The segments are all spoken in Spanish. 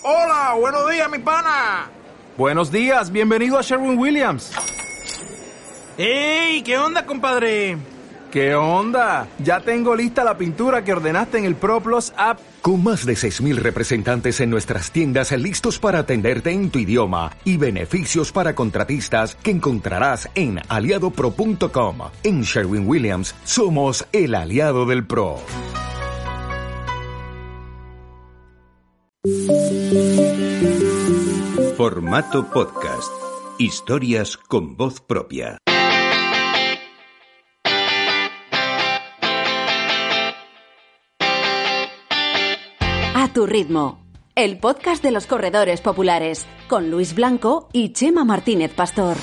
Hola, buenos días, mi pana. Buenos días, bienvenido a Sherwin-Williams. ¡Ey! ¿Qué onda, compadre? ¿Qué onda? Ya tengo lista la pintura que ordenaste en el ProPlus app. Con más de 6,000 representantes en nuestras tiendas listos para atenderte en tu idioma y beneficios para contratistas que encontrarás en aliadopro.com. En Sherwin-Williams somos el aliado del pro. Formato podcast. Historias con voz propia. A tu ritmo. El podcast de los corredores populares con Luis Blanco y Chema Martínez Pastor.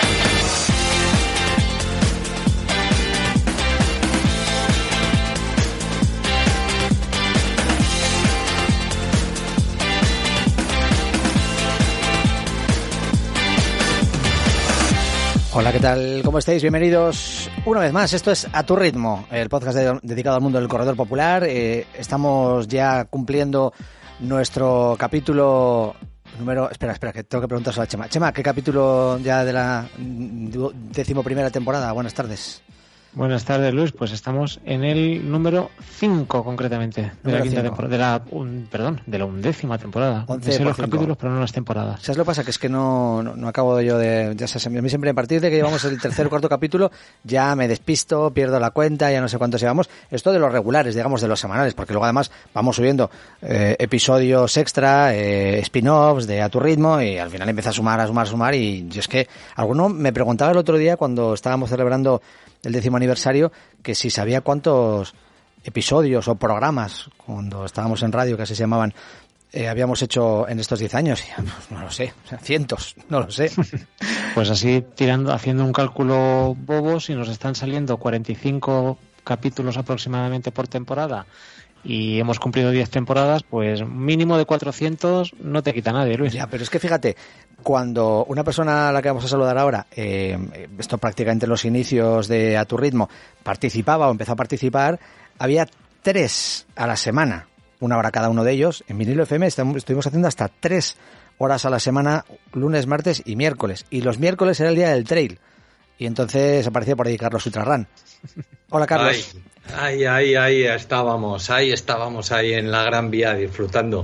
Hola, ¿qué tal? ¿Cómo estáis? Bienvenidos una vez más. Esto es A tu ritmo, el podcast dedicado al mundo del corredor popular. Estamos ya cumpliendo nuestro capítulo número... Espera, que tengo que preguntárselo a Chema. Chema, ¿qué capítulo ya de la 11ª temporada? Buenas tardes. Buenas tardes, Luis. Pues estamos en el número 5, concretamente, de la quinta temporada, de la 11ª temporada. 11 sé por los 5. capítulos, pero no las temporadas. ¿Sabes lo que pasa? Que es que no acabo yo de... Ya sabes, a mí siempre, a partir de que llevamos el tercer o cuarto capítulo, ya me despisto, pierdo la cuenta, ya no sé cuántos llevamos. Esto de los regulares, digamos, de los semanales, porque luego además vamos subiendo episodios extra, spin-offs de A tu ritmo, y al final empieza a sumar, y yo es que alguno me preguntaba el otro día cuando estábamos celebrando el 10º aniversario, que si sabía cuántos episodios o programas, cuando estábamos en radio, que así se llamaban, habíamos hecho en estos 10 años. Y, pues, no lo sé, o sea, cientos, no lo sé. Pues así, haciendo un cálculo bobo, si nos están saliendo 45 capítulos aproximadamente por temporada y hemos cumplido 10 temporadas, pues mínimo de 400 no te quita nadie, Luis. Ya, pero es que fíjate, cuando una persona a la que vamos a saludar ahora, esto prácticamente en los inicios de A tu ritmo, participaba o empezó a participar, había 3 a la semana, 1 hora cada uno de ellos. En Vinilo FM estuvimos haciendo hasta 3 horas a la semana, lunes, martes y miércoles. Y los miércoles era el día del trail. Y entonces aparecía por ahí Carlos Ultrarran. Hola, Carlos. Ahí estábamos ahí en la Gran Vía disfrutando.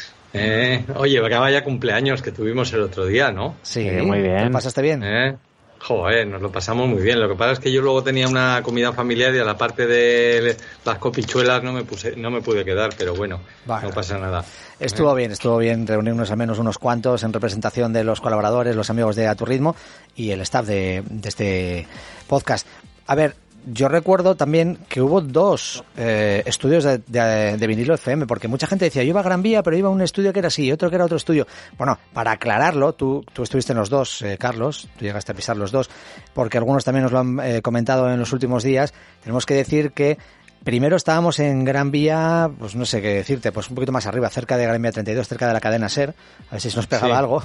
Oye, vaya cumpleaños que tuvimos el otro día, ¿no? Sí, muy bien. ¿Lo pasaste bien? Joder, nos lo pasamos muy bien. Lo que pasa es que yo luego tenía una comida familiar y a la parte de las copichuelas no me pude quedar, pero bueno, no pasa nada. Estuvo bien reunirnos al menos unos cuantos en representación de los colaboradores, los amigos de A tu ritmo y el staff de este podcast. A ver, yo recuerdo también que hubo 2 estudios de Vinilo FM, porque mucha gente decía, yo iba a Gran Vía, pero iba a un estudio que era así, otro que era otro estudio. Bueno, para aclararlo, tú estuviste en los 2, Carlos, tú llegaste a pisar los 2, porque algunos también nos lo han comentado en los últimos días. Tenemos que decir que primero estábamos en Gran Vía, pues no sé qué decirte, pues un poquito más arriba, cerca de Gran Vía 32, cerca de la cadena SER, a ver si se nos pegaba algo.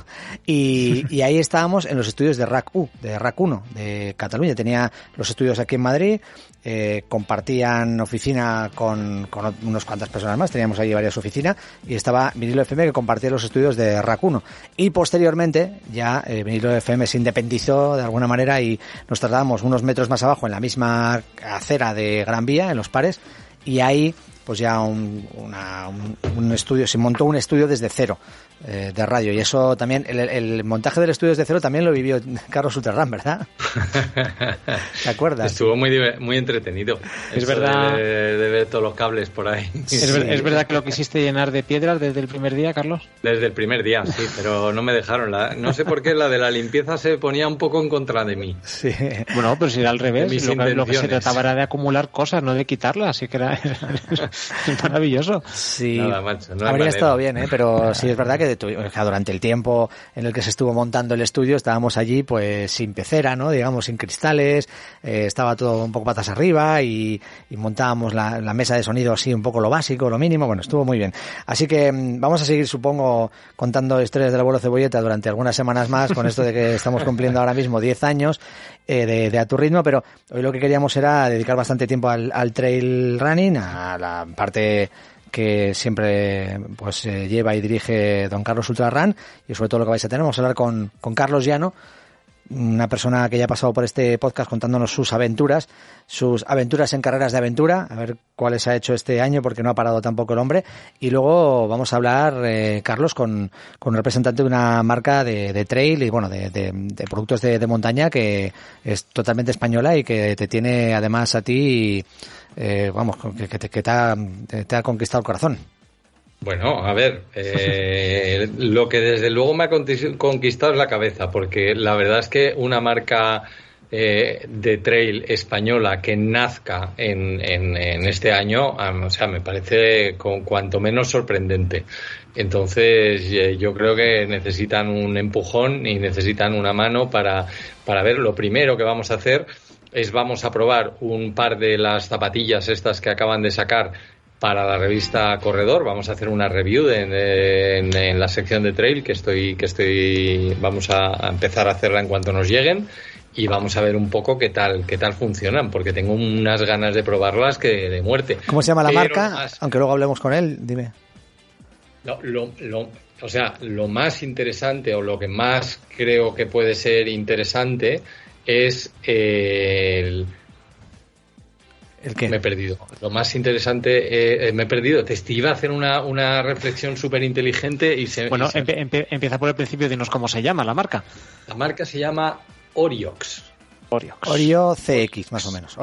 Y ahí estábamos en los estudios de RAC 1, de Cataluña. Tenía los estudios aquí en Madrid, compartían oficina con unas cuantas personas más, teníamos ahí varias oficinas, y estaba Vinilo FM, que compartía los estudios de RAC 1. Y posteriormente ya Vinilo FM se independizó de alguna manera y nos trasladamos unos metros más abajo en la misma acera de Gran Vía, en los Pares, y ahí pues ya un estudio, se montó un estudio desde cero de radio, y eso también, el montaje del estudio desde cero también lo vivió Carlos Ultrarran, ¿verdad? ¿Te acuerdas? Estuvo muy entretenido. Es verdad. De ver todos los cables por ahí. ¿Es verdad que lo quisiste llenar de piedras desde el primer día, Carlos? Desde el primer día, sí, pero no me dejaron. No sé por qué la de la limpieza se ponía un poco en contra de mí. Sí. Bueno, pero si era al revés, lo que se trataba era de acumular cosas, no de quitarlas, así que era maravilloso. Sí, nada, macho, habría estado bien, pero sí es verdad que durante el tiempo en el que se estuvo montando el estudio estábamos allí pues sin pecera, ¿no? Digamos, sin cristales, estaba todo un poco patas arriba y montábamos la mesa de sonido así un poco lo básico, lo mínimo. Bueno, estuvo muy bien. Así que vamos a seguir, supongo, contando historias del abuelo Cebolleta durante algunas semanas más, con esto de que estamos cumpliendo ahora mismo 10 años de A tu ritmo, pero hoy lo que queríamos era dedicar bastante tiempo al trail running, a la parte que siempre pues lleva y dirige don Carlos Ultrarun, y sobre todo lo que vais a tener, vamos a hablar con Carlos Llano, una persona que ya ha pasado por este podcast contándonos sus aventuras en carreras de aventura, a ver cuáles ha hecho este año, porque no ha parado tampoco el hombre. Y luego vamos a hablar, Carlos, con un representante de una marca de trail y bueno, de productos de montaña que es totalmente española y que te tiene además a ti, que te ha conquistado el corazón. Bueno, a ver, lo que desde luego me ha conquistado es la cabeza, porque la verdad es que una marca de trail española que nazca en este año, o sea, me parece cuanto menos sorprendente. Entonces, yo creo que necesitan un empujón y necesitan una mano para ver. Lo primero que vamos a hacer es vamos a probar un par de las zapatillas estas que acaban de sacar para la revista Corredor. Vamos a hacer una review en la sección de trail vamos a empezar a hacerla en cuanto nos lleguen, y vamos a ver un poco qué tal funcionan, porque tengo unas ganas de probarlas que de muerte. ¿Cómo se llama la marca? Aunque luego hablemos con él, dime. O sea, lo más interesante, o lo que más creo que puede ser interesante, es ¿El qué? Me he perdido. Lo más interesante, me he perdido. Te iba a hacer una reflexión súper inteligente y Bueno, empieza por el principio, dinos cómo se llama la marca. La marca se llama Oriox. Orio CX, más o menos.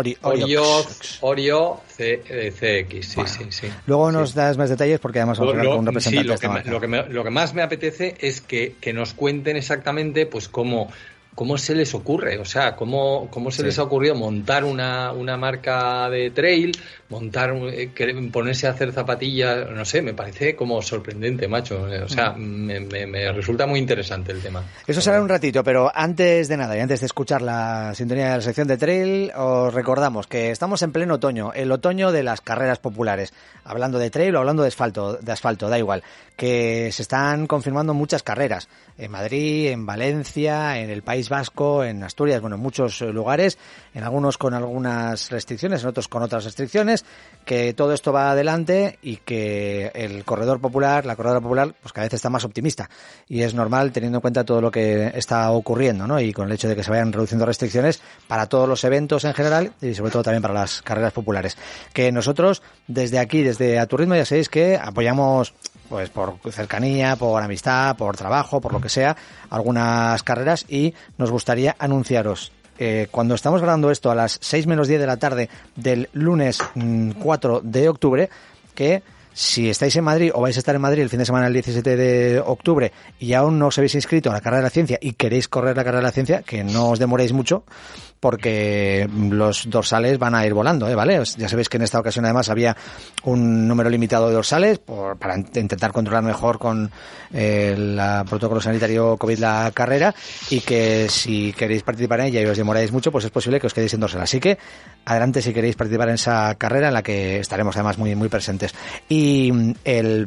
Orio CX, sí. Luego nos das más detalles, porque además vamos a hablar con un representante de esta marca. Lo que más me apetece es que nos cuenten exactamente pues cómo se les ocurre, o sea, cómo se les ha ocurrido montar una marca de trail, ponerse a hacer zapatillas, no sé, me parece como sorprendente, macho. O sea, me resulta muy interesante el tema. Eso será un ratito, pero antes de nada y antes de escuchar la sintonía de la sección de trail, os recordamos que estamos en pleno otoño, el otoño de las carreras populares. Hablando de trail o hablando de asfalto, da igual, que se están confirmando muchas carreras en Madrid, en Valencia, en el País Vasco, en Asturias, bueno, en muchos lugares, en algunos con algunas restricciones, en otros con otras restricciones, que todo esto va adelante y que la corredora popular, pues cada vez está más optimista, y es normal teniendo en cuenta todo lo que está ocurriendo, ¿no? Y con el hecho de que se vayan reduciendo restricciones para todos los eventos en general y sobre todo también para las carreras populares. Que nosotros desde aquí, desde A Tu Ritmo, ya sabéis que apoyamos pues por cercanía, por amistad, por trabajo, por lo que sea, algunas carreras, y nos gustaría anunciaros cuando estamos grabando esto a las 6 menos 10 de la tarde del lunes 4 de octubre, que si estáis en Madrid o vais a estar en Madrid el fin de semana del 17 de octubre y aún no os habéis inscrito a la carrera de la ciencia y queréis correr la carrera de la ciencia, que no os demoréis mucho, porque los dorsales van a ir volando, ¿vale? Ya sabéis que en esta ocasión además había un número limitado de dorsales para intentar controlar mejor con el protocolo sanitario COVID la carrera, y que si queréis participar en ella y os demoráis mucho, pues es posible que os quedéis en dorsal. Así que adelante si queréis participar en esa carrera, en la que estaremos además muy, muy presentes. Y el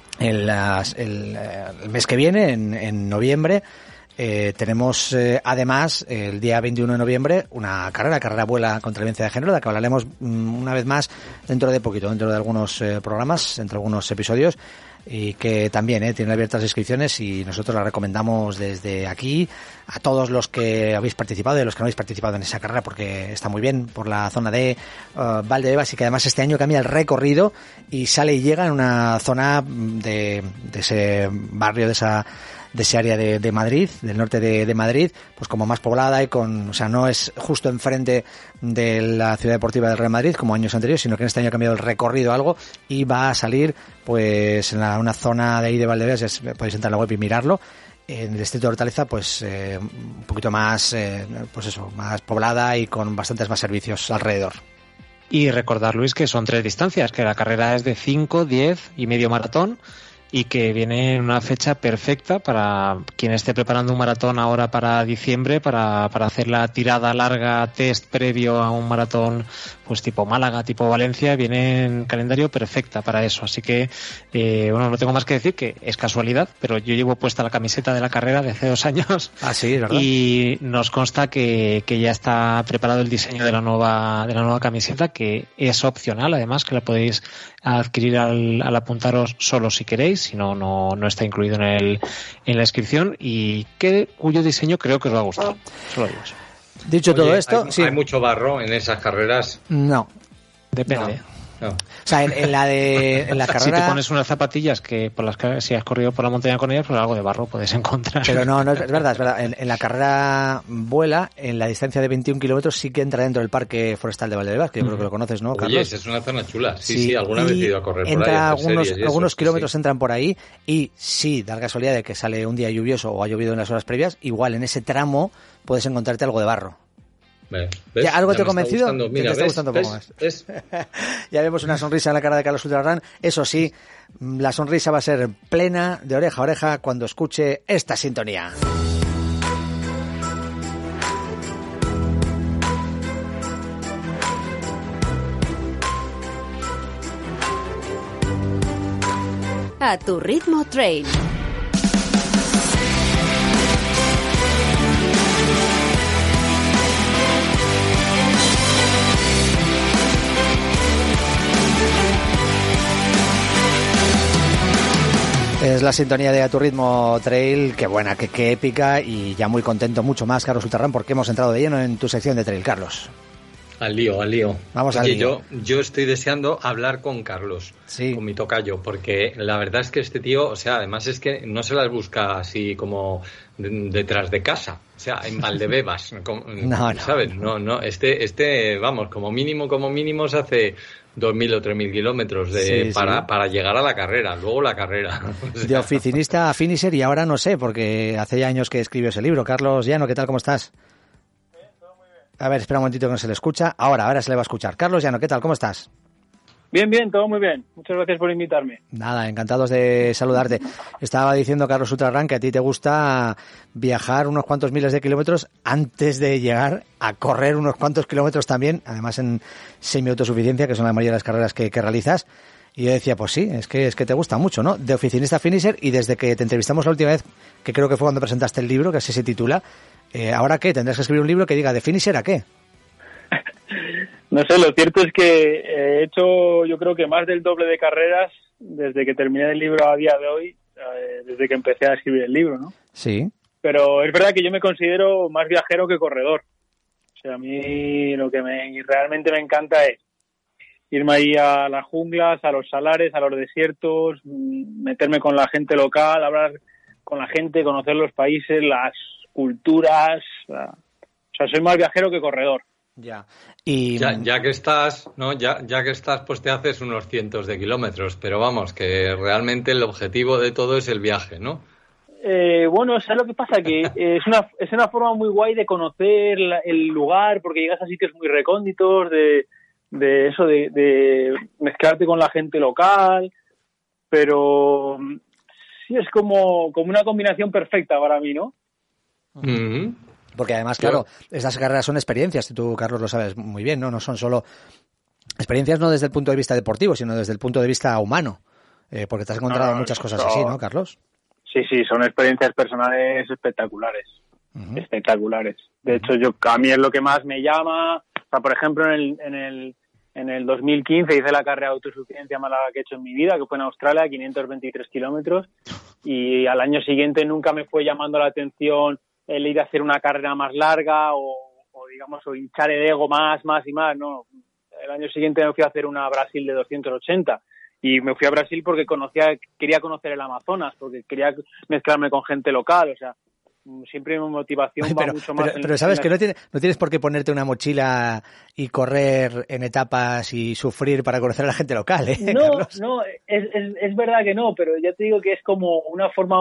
mes que viene, en noviembre, tenemos además el día 21 de noviembre una carrera Vuela contra la Violencia de Género, de la que hablaremos una vez más dentro de poquito, dentro de algunos programas, entre algunos episodios, y que también tiene abiertas inscripciones, y nosotros la recomendamos desde aquí a todos los que habéis participado y a los que no habéis participado en esa carrera, porque está muy bien por la zona de Valdebebas, y que además este año cambia el recorrido y sale y llega en una zona de ese barrio, de ese área de Madrid, del norte de Madrid, pues como más poblada y o sea, no es justo enfrente de la ciudad deportiva del Real Madrid como años anteriores, sino que en este año ha cambiado el recorrido algo y va a salir pues en una zona de ahí de Valdebebas, podéis entrar en la web y mirarlo, en el distrito de Hortaleza, pues un poquito más, pues eso, más poblada y con bastantes más servicios alrededor. Y recordar, Luis, que son 3 distancias, que la carrera es de 5, 10 y medio maratón, y que viene en una fecha perfecta para quien esté preparando un maratón ahora para diciembre, para hacer la tirada larga test previo a un maratón pues tipo Málaga, tipo Valencia. Viene en calendario perfecta para eso, así que bueno, no tengo más que decir que es casualidad, pero yo llevo puesta la camiseta de la carrera de hace 2 años. Ah, sí, ¿verdad? Y nos consta que ya está preparado el diseño de la nueva camiseta, que es opcional, además, que la podéis adquirir al apuntaros solo si queréis, si no, no está incluido en la inscripción, y cuyo diseño creo que os va a gustar. Solo digo eso. Dicho todo esto, ¿hay mucho barro en esas carreras? No. Depende. No. O sea, en la carrera... Si te pones unas zapatillas que si has corrido por la montaña con ellas, pues algo de barro puedes encontrar. Pero no es verdad. En la carrera vuela, en la distancia de 21 kilómetros, sí que entra dentro del Parque Forestal de Valdebebas, que yo creo que lo conoces, ¿no, Carlos? Oye, es una zona chula. Sí, alguna vez he ido a correr por entra ahí. Algunos kilómetros entran por ahí, y sí, da la casualidad de que sale un día lluvioso o ha llovido en las horas previas, igual en ese tramo puedes encontrarte algo de barro. ¿Ves? ¿Ya algo te ha convencido? Mira, te está gustando un poco más. Ya vemos una sonrisa en la cara de Carlos Ultrarran. Eso sí, la sonrisa va a ser plena de oreja a oreja cuando escuche esta sintonía. A tu ritmo trail. Es la sintonía de A tu ritmo trail, qué buena, qué épica, y ya muy contento, mucho más, Carlos Ultrarran, porque hemos entrado de lleno en tu sección de trail, Carlos. Al lío. Vamos al lío. Yo estoy deseando hablar con Carlos, con mi tocayo, porque la verdad es que este tío, o sea, además es que no se las busca así como detrás de casa, o sea, en Valdebebas, ¿sabes? No, este, vamos, como mínimo se hace 2.000 o 3.000 kilómetros para llegar a la carrera, luego la carrera. O sea, de oficinista a finisher, y ahora no sé, porque hace ya años que escribió ese libro. Carlos Llano, ¿qué tal? ¿Cómo estás? Todo muy bien. A ver, espera un momentito que no se le escucha. Ahora se le va a escuchar. Carlos Llano, ¿qué tal? ¿Cómo estás? Bien, todo muy bien. Muchas gracias por invitarme. Nada, encantados de saludarte. Estaba diciendo Carlos Ultrarran que a ti te gusta viajar unos cuantos miles de kilómetros antes de llegar a correr unos cuantos kilómetros también, además en semi-autosuficiencia, que son la mayoría de las carreras que realizas. Y yo decía, pues sí, es que te gusta mucho, ¿no? De oficinista a finisher, y desde que te entrevistamos la última vez, que creo que fue cuando presentaste el libro, que así se titula, ¿ahora qué? ¿Tendrás que escribir un libro que diga de finisher a qué? No sé, lo cierto es que he hecho, yo creo que más del doble de carreras desde que terminé el libro a día de hoy, desde que empecé a escribir el libro, ¿no? Sí. Pero es verdad que yo me considero más viajero que corredor. O sea, a mí lo que realmente me encanta es irme ahí a las junglas, a los salares, a los desiertos, meterme con la gente local, hablar con la gente, conocer los países, las culturas. O sea, soy más viajero que corredor. Ya. Y ya que estás, ¿no? Ya que estás, pues te haces unos cientos de kilómetros, pero vamos, que realmente el objetivo de todo es el viaje, ¿no? Bueno, ¿sabes lo que pasa? Que es una forma muy guay de conocer el lugar, porque llegas a sitios muy recónditos, de eso, de mezclarte con la gente local, pero sí es como una combinación perfecta para mí, ¿no? Mm-hmm. Porque además, claro, estas carreras son experiencias, tú, Carlos, lo sabes muy bien, ¿no? No son solo experiencias, no desde el punto de vista deportivo, sino desde el punto de vista humano, porque te has encontrado muchas cosas así, ¿no, Carlos? Sí, son experiencias personales espectaculares, espectaculares. De hecho, a mí es lo que más me llama. O sea, por ejemplo, en el 2015 hice la carrera de autosuficiencia más larga que he hecho en mi vida, que fue en Australia, 523 kilómetros, y al año siguiente nunca me fue llamando la atención el ir a hacer una carrera más larga o hinchar el ego más y más, no. El año siguiente me fui a hacer una Brasil de 280, y me fui a Brasil porque quería conocer el Amazonas, porque quería mezclarme con gente local, o sea, siempre mi motivación va mucho más. Pero sabes que no tienes por qué ponerte una mochila y correr en etapas y sufrir para conocer a la gente local, ¿eh? No, Carlos? no, es verdad que no, pero ya te digo que es como una forma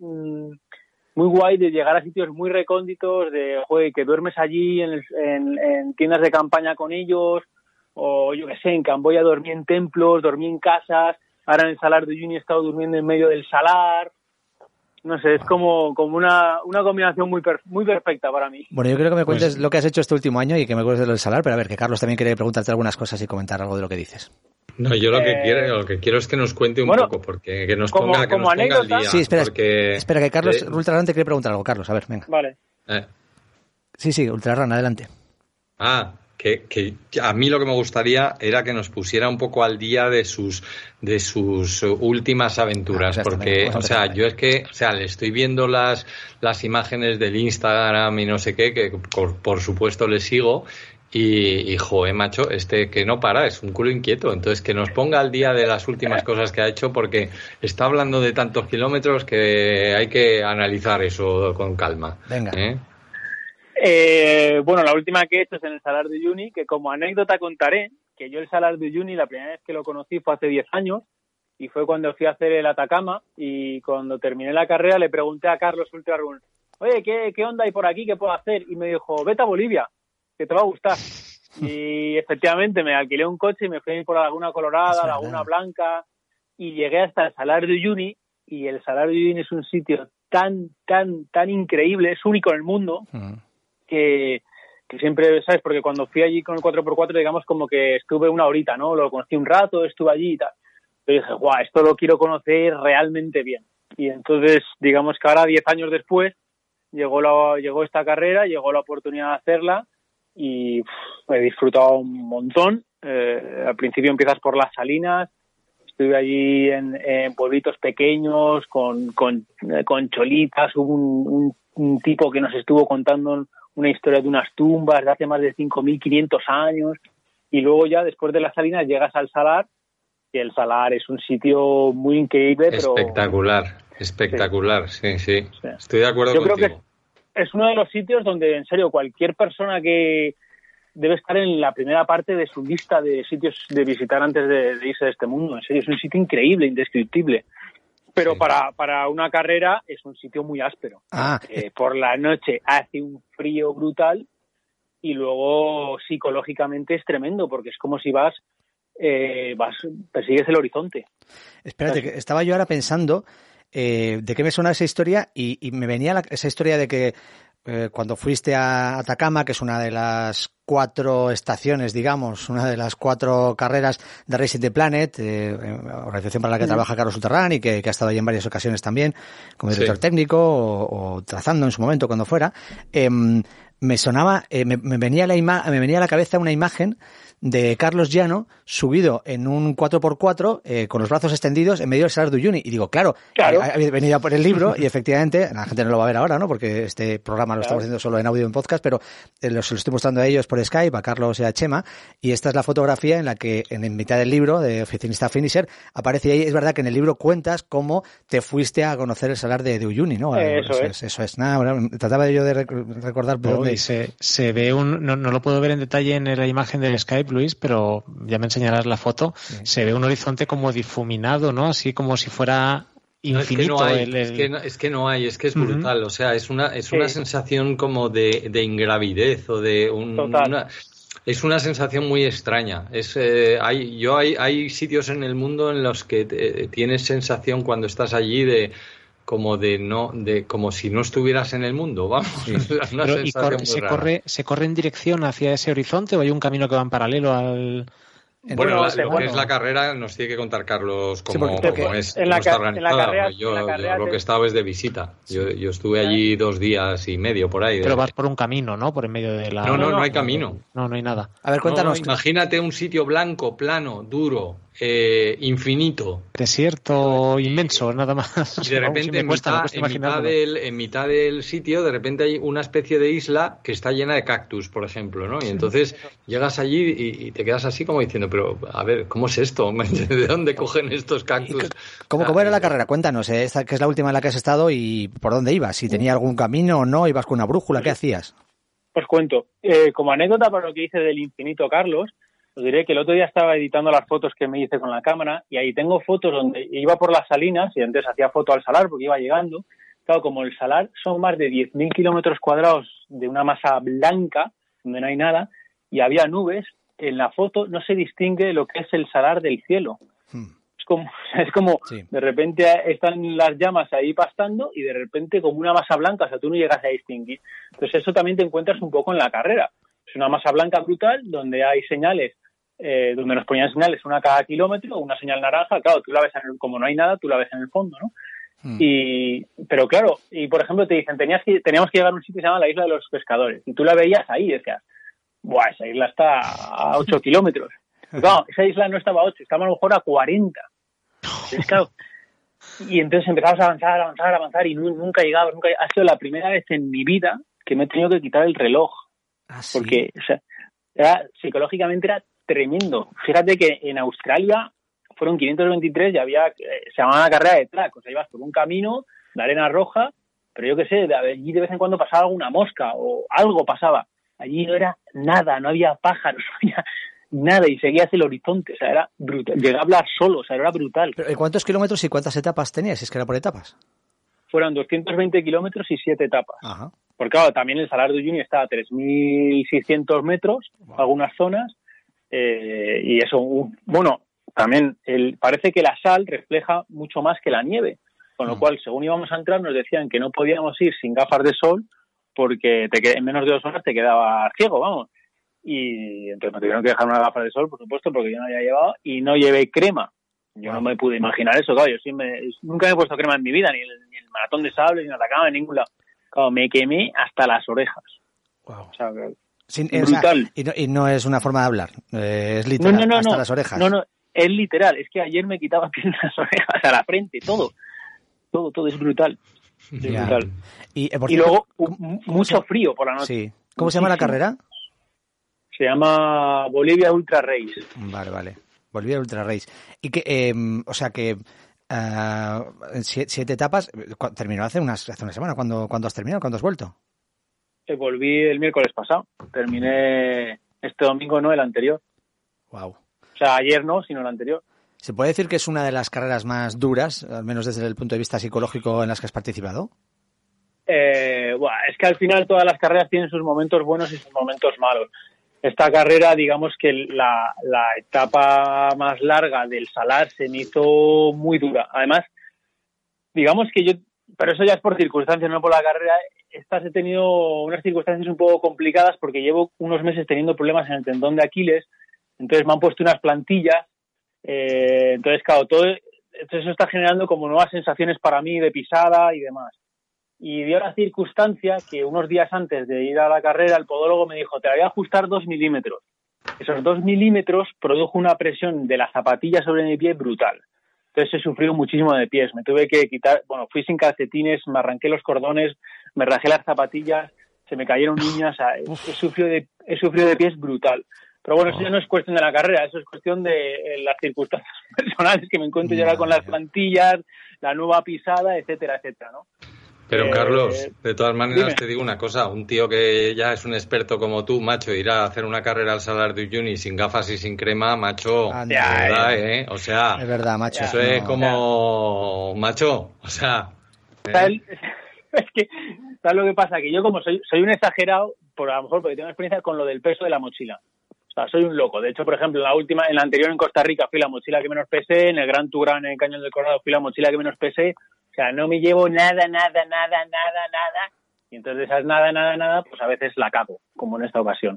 muy guay de llegar a sitios muy recónditos, que duermes allí en tiendas de campaña con ellos, o yo que sé, en Camboya dormí en templos, dormí en casas, ahora en el Salar de Uyuni he estado durmiendo en medio del salar. No sé, es como una combinación muy perfecta para mí. Bueno, yo creo que me cuentes lo que has hecho este último año y que me cuentes de lo del salar, pero a ver, que Carlos también quiere preguntarte algunas cosas y comentar algo de lo que dices. No, yo lo que quiero es que nos cuente un poco, porque que nos ponga al día. Sí, espera, que Carlos Ultrarran te quiere preguntar algo. Carlos, a ver, venga. Vale. Sí, Ultrarran, adelante. que a mí lo que me gustaría era que nos pusiera un poco al día de sus últimas aventuras, porque, o sea, yo es que, o sea, le estoy viendo las imágenes del Instagram y no sé qué, que por supuesto le sigo, y joder, macho, que no para, es un culo inquieto. Entonces, que nos ponga al día de las últimas cosas que ha hecho, porque está hablando de tantos kilómetros que hay que analizar eso con calma. Venga. Bueno, la última que he hecho es en el Salar de Uyuni, que como anécdota contaré que yo el Salar de Uyuni la primera vez que lo conocí fue hace 10 años y fue cuando fui a hacer el Atacama, y cuando terminé la carrera le pregunté a Carlos Ultrarun, oye, ¿qué onda hay por aquí? ¿Qué puedo hacer? Y me dijo, vete a Bolivia, que te va a gustar. Y efectivamente me alquilé un coche y me fui por la Laguna Colorada, Laguna Blanca, y llegué hasta el Salar de Uyuni, y el Salar de Uyuni es un sitio tan increíble, es único en el mundo, que siempre, ¿sabes? Porque cuando fui allí con el 4x4, digamos, como que estuve una horita, ¿no? Lo conocí un rato, estuve allí y tal. Pero dije, guau, esto lo quiero conocer realmente bien. Y entonces, digamos que ahora, 10 años después, llegó esta carrera, llegó la oportunidad de hacerla, y he disfrutado un montón. Al principio empiezas por las Salinas, estuve allí en pueblitos pequeños, con cholitas, hubo un tipo que nos estuvo contando una historia de unas tumbas de hace más de 5.500 años, y luego ya después de las Salinas llegas al Salar, y el Salar es un sitio muy increíble, pero espectacular, sí. Estoy de acuerdo contigo. Creo que es uno de los sitios donde, en serio, cualquier persona que debe estar en la primera parte de su lista de sitios de visitar antes de irse de este mundo. En serio, es un sitio increíble, indescriptible. Pero para una carrera es un sitio muy áspero. Por la noche hace un frío brutal, y luego psicológicamente es tremendo, porque es como si persigues el horizonte. Espérate, que estaba yo ahora pensando de qué me suena esa historia, y me venía esa historia de que cuando fuiste a Atacama, que es una de las 4 estaciones, digamos, una de las 4 carreras de Racing the Planet, organización para la que trabaja Carlos Ultrarun, y que ha estado ahí en varias ocasiones también como director técnico o trazando en su momento cuando fuera, me sonaba, me venía a la cabeza una imagen de Carlos Llano subido en un 4x4 con los brazos extendidos en medio del Salar de Uyuni, y digo, claro. He venido a por el libro, y efectivamente la gente no lo va a ver ahora, ¿no? Porque este programa lo estamos haciendo solo en audio, en podcast, pero se lo estoy mostrando a ellos por Skype, a Carlos y a Chema, y esta es la fotografía en la que en mitad del libro de Oficinista Finisher aparece ahí. Es verdad que en el libro cuentas cómo te fuiste a conocer el Salar de Uyuni, ¿no? Eso es. Nada, bueno, trataba yo de recordar dónde. Se ve no lo puedo ver en detalle en la imagen del Skype, Luis, pero ya me enseñarás la foto. Sí. Se ve un horizonte como difuminado, ¿no? Así como si fuera infinito. No, es que no hay, es que es brutal. O sea, es una sensación como de ingravidez o de es una sensación muy extraña. Hay sitios en el mundo en los que tienes sensación cuando estás allí como si no estuvieras en el mundo, vamos. Sí. Es una sensación muy rara. ¿Se corre en dirección hacia ese horizonte o hay un camino que va en paralelo al...? Lo que es la carrera nos tiene que contar Carlos cómo es, en cómo está organizada. En la carrera, yo lo que he estado es de visita. Yo estuve allí 2 días y medio por ahí. Pero vas por un camino, ¿no? Por en medio de la... No hay camino. No hay nada. A ver, cuéntanos. Imagínate un sitio blanco, plano, duro, infinito. Desierto inmenso, nada más. Y de repente en mitad del sitio, de repente hay una especie de isla que está llena de cactus, por ejemplo, ¿no? Y entonces llegas allí y te quedas así como diciendo, pero a ver, ¿cómo es esto? ¿De dónde cogen estos cactus? ¿Cómo era la carrera? Cuéntanos, esta que es la última en la que has estado, y por dónde ibas, si tenía algún camino o no, ibas con una brújula, ¿qué hacías? Os cuento, como anécdota para lo que hice del infinito, Carlos, os diré que el otro día estaba editando las fotos que me hice con la cámara, y ahí tengo fotos donde iba por las Salinas, y antes hacía foto al Salar porque iba llegando. Claro, como el Salar son más de 10.000 kilómetros cuadrados de una masa blanca, donde no hay nada, y había nubes, en la foto no se distingue lo que es el Salar del cielo. Es como sí. De repente están las llamas ahí pastando, y de repente como una masa blanca, o sea, tú no llegas a distinguir. Entonces eso también te encuentras un poco en la carrera. Es una masa blanca brutal donde hay señales, donde nos ponían señales una cada kilómetro, una señal naranja. Claro, tú la ves como no hay nada, tú la ves en el fondo, ¿no? Pero claro, y por ejemplo te dicen, teníamos que llegar a un sitio que se llama la Isla de los Pescadores, y tú la veías ahí y decías, Buah, esa isla está a 8 kilómetros. No, esa isla no estaba a 8, estaba a lo mejor a 40. Es claro. Y entonces empezamos a avanzar y nunca llegaba. Ha sido la primera vez en mi vida que me he tenido que quitar el reloj. ¿Sí? Porque, o sea, psicológicamente era tremendo. Fíjate que en Australia fueron 523 y se llamaba la carrera de track. O sea, ibas por un camino de arena roja, pero yo qué sé, allí de vez en cuando pasaba alguna mosca o algo pasaba. Allí no era nada, no había pájaros, no había nada y seguías el horizonte. O sea, era brutal. Llegué a hablar solo, o sea, era brutal. ¿Pero ¿cuántos kilómetros y cuántas etapas tenías? Si es que era por etapas. Fueron 220 kilómetros y 7 etapas. Ajá. Porque claro, también el Salar de Uyuni está a 3.600 metros, wow, algunas zonas, y eso, bueno, también parece que la sal refleja mucho más que la nieve, con lo cual, según íbamos a entrar, nos decían que no podíamos ir sin gafas de sol porque en menos de 2 horas te quedabas ciego, vamos. Y entonces me tuvieron que dejar una gafa de sol, por supuesto, porque yo no había llevado, y no llevé crema. Yo no me pude imaginar eso, claro, yo nunca me he puesto crema en mi vida, ni el maratón de sable, ni en Atacama, en ningún lado. Claro, me quemé hasta las orejas. Wow. O sea, brutal. O sea, y no es una forma de hablar, es literal, no, hasta las orejas. No, es literal, es que ayer me quitaba piel de las orejas, a la frente, todo es brutal. Es brutal. Y luego mucho frío por la noche. Sí. ¿Cómo se llama la carrera? Se llama Bolivia Ultra Race. Vale. Bolivia Ultra Race. Y que, o sea que 7 etapas, terminó hace una semana. ¿Cuándo has terminado? ¿Cuándo has vuelto? Volví el miércoles pasado. Terminé este domingo, no el anterior. Wow. O sea, ayer no, sino el anterior. ¿Se puede decir que es una de las carreras más duras, al menos desde el punto de vista psicológico, en las que has participado? Es que al final todas las carreras tienen sus momentos buenos y sus momentos malos. Esta carrera, digamos que la etapa más larga del Salar se me hizo muy dura. Además, digamos que pero eso ya es por circunstancias, no por la carrera. Estas he tenido unas circunstancias un poco complicadas porque llevo unos meses teniendo problemas en el tendón de Aquiles. Entonces me han puesto unas plantillas. Entonces, claro, entonces eso está generando como nuevas sensaciones para mí de pisada y demás. Y dio la circunstancia que unos días antes de ir a la carrera, el podólogo me dijo, te la voy a ajustar 2 milímetros. Esos 2 milímetros produjo una presión de la zapatilla sobre mi pie brutal. Entonces he sufrido muchísimo de pies. Me tuve que quitar, fui sin calcetines, me arranqué los cordones, me rajé las zapatillas, se me cayeron uñas. He sufrido de pies brutal. Pero bueno, eso ya no es cuestión de la carrera, eso es cuestión de las circunstancias personales que me encuentro yo ahora con las plantillas, la nueva pisada, etcétera, etcétera, ¿no? Pero Carlos, de todas maneras te digo una cosa, un tío que ya es un experto como tú, macho, ir a hacer una carrera al Salar de Uyuni sin gafas y sin crema, macho, de verdad, o sea, es verdad, macho. Eso es como, macho, o sea... Es que, ¿sabes lo que pasa? Que yo como soy un exagerado, a lo mejor porque tengo experiencia con lo del peso de la mochila. O sea, soy un loco. De hecho, por ejemplo, en la anterior en Costa Rica fui la mochila que menos pesé, en el Gran Turán, en el Cañón del Colorado, fui la mochila que menos pesé. O sea, no me llevo nada. Y entonces esas nada, pues a veces la cago, como en esta ocasión.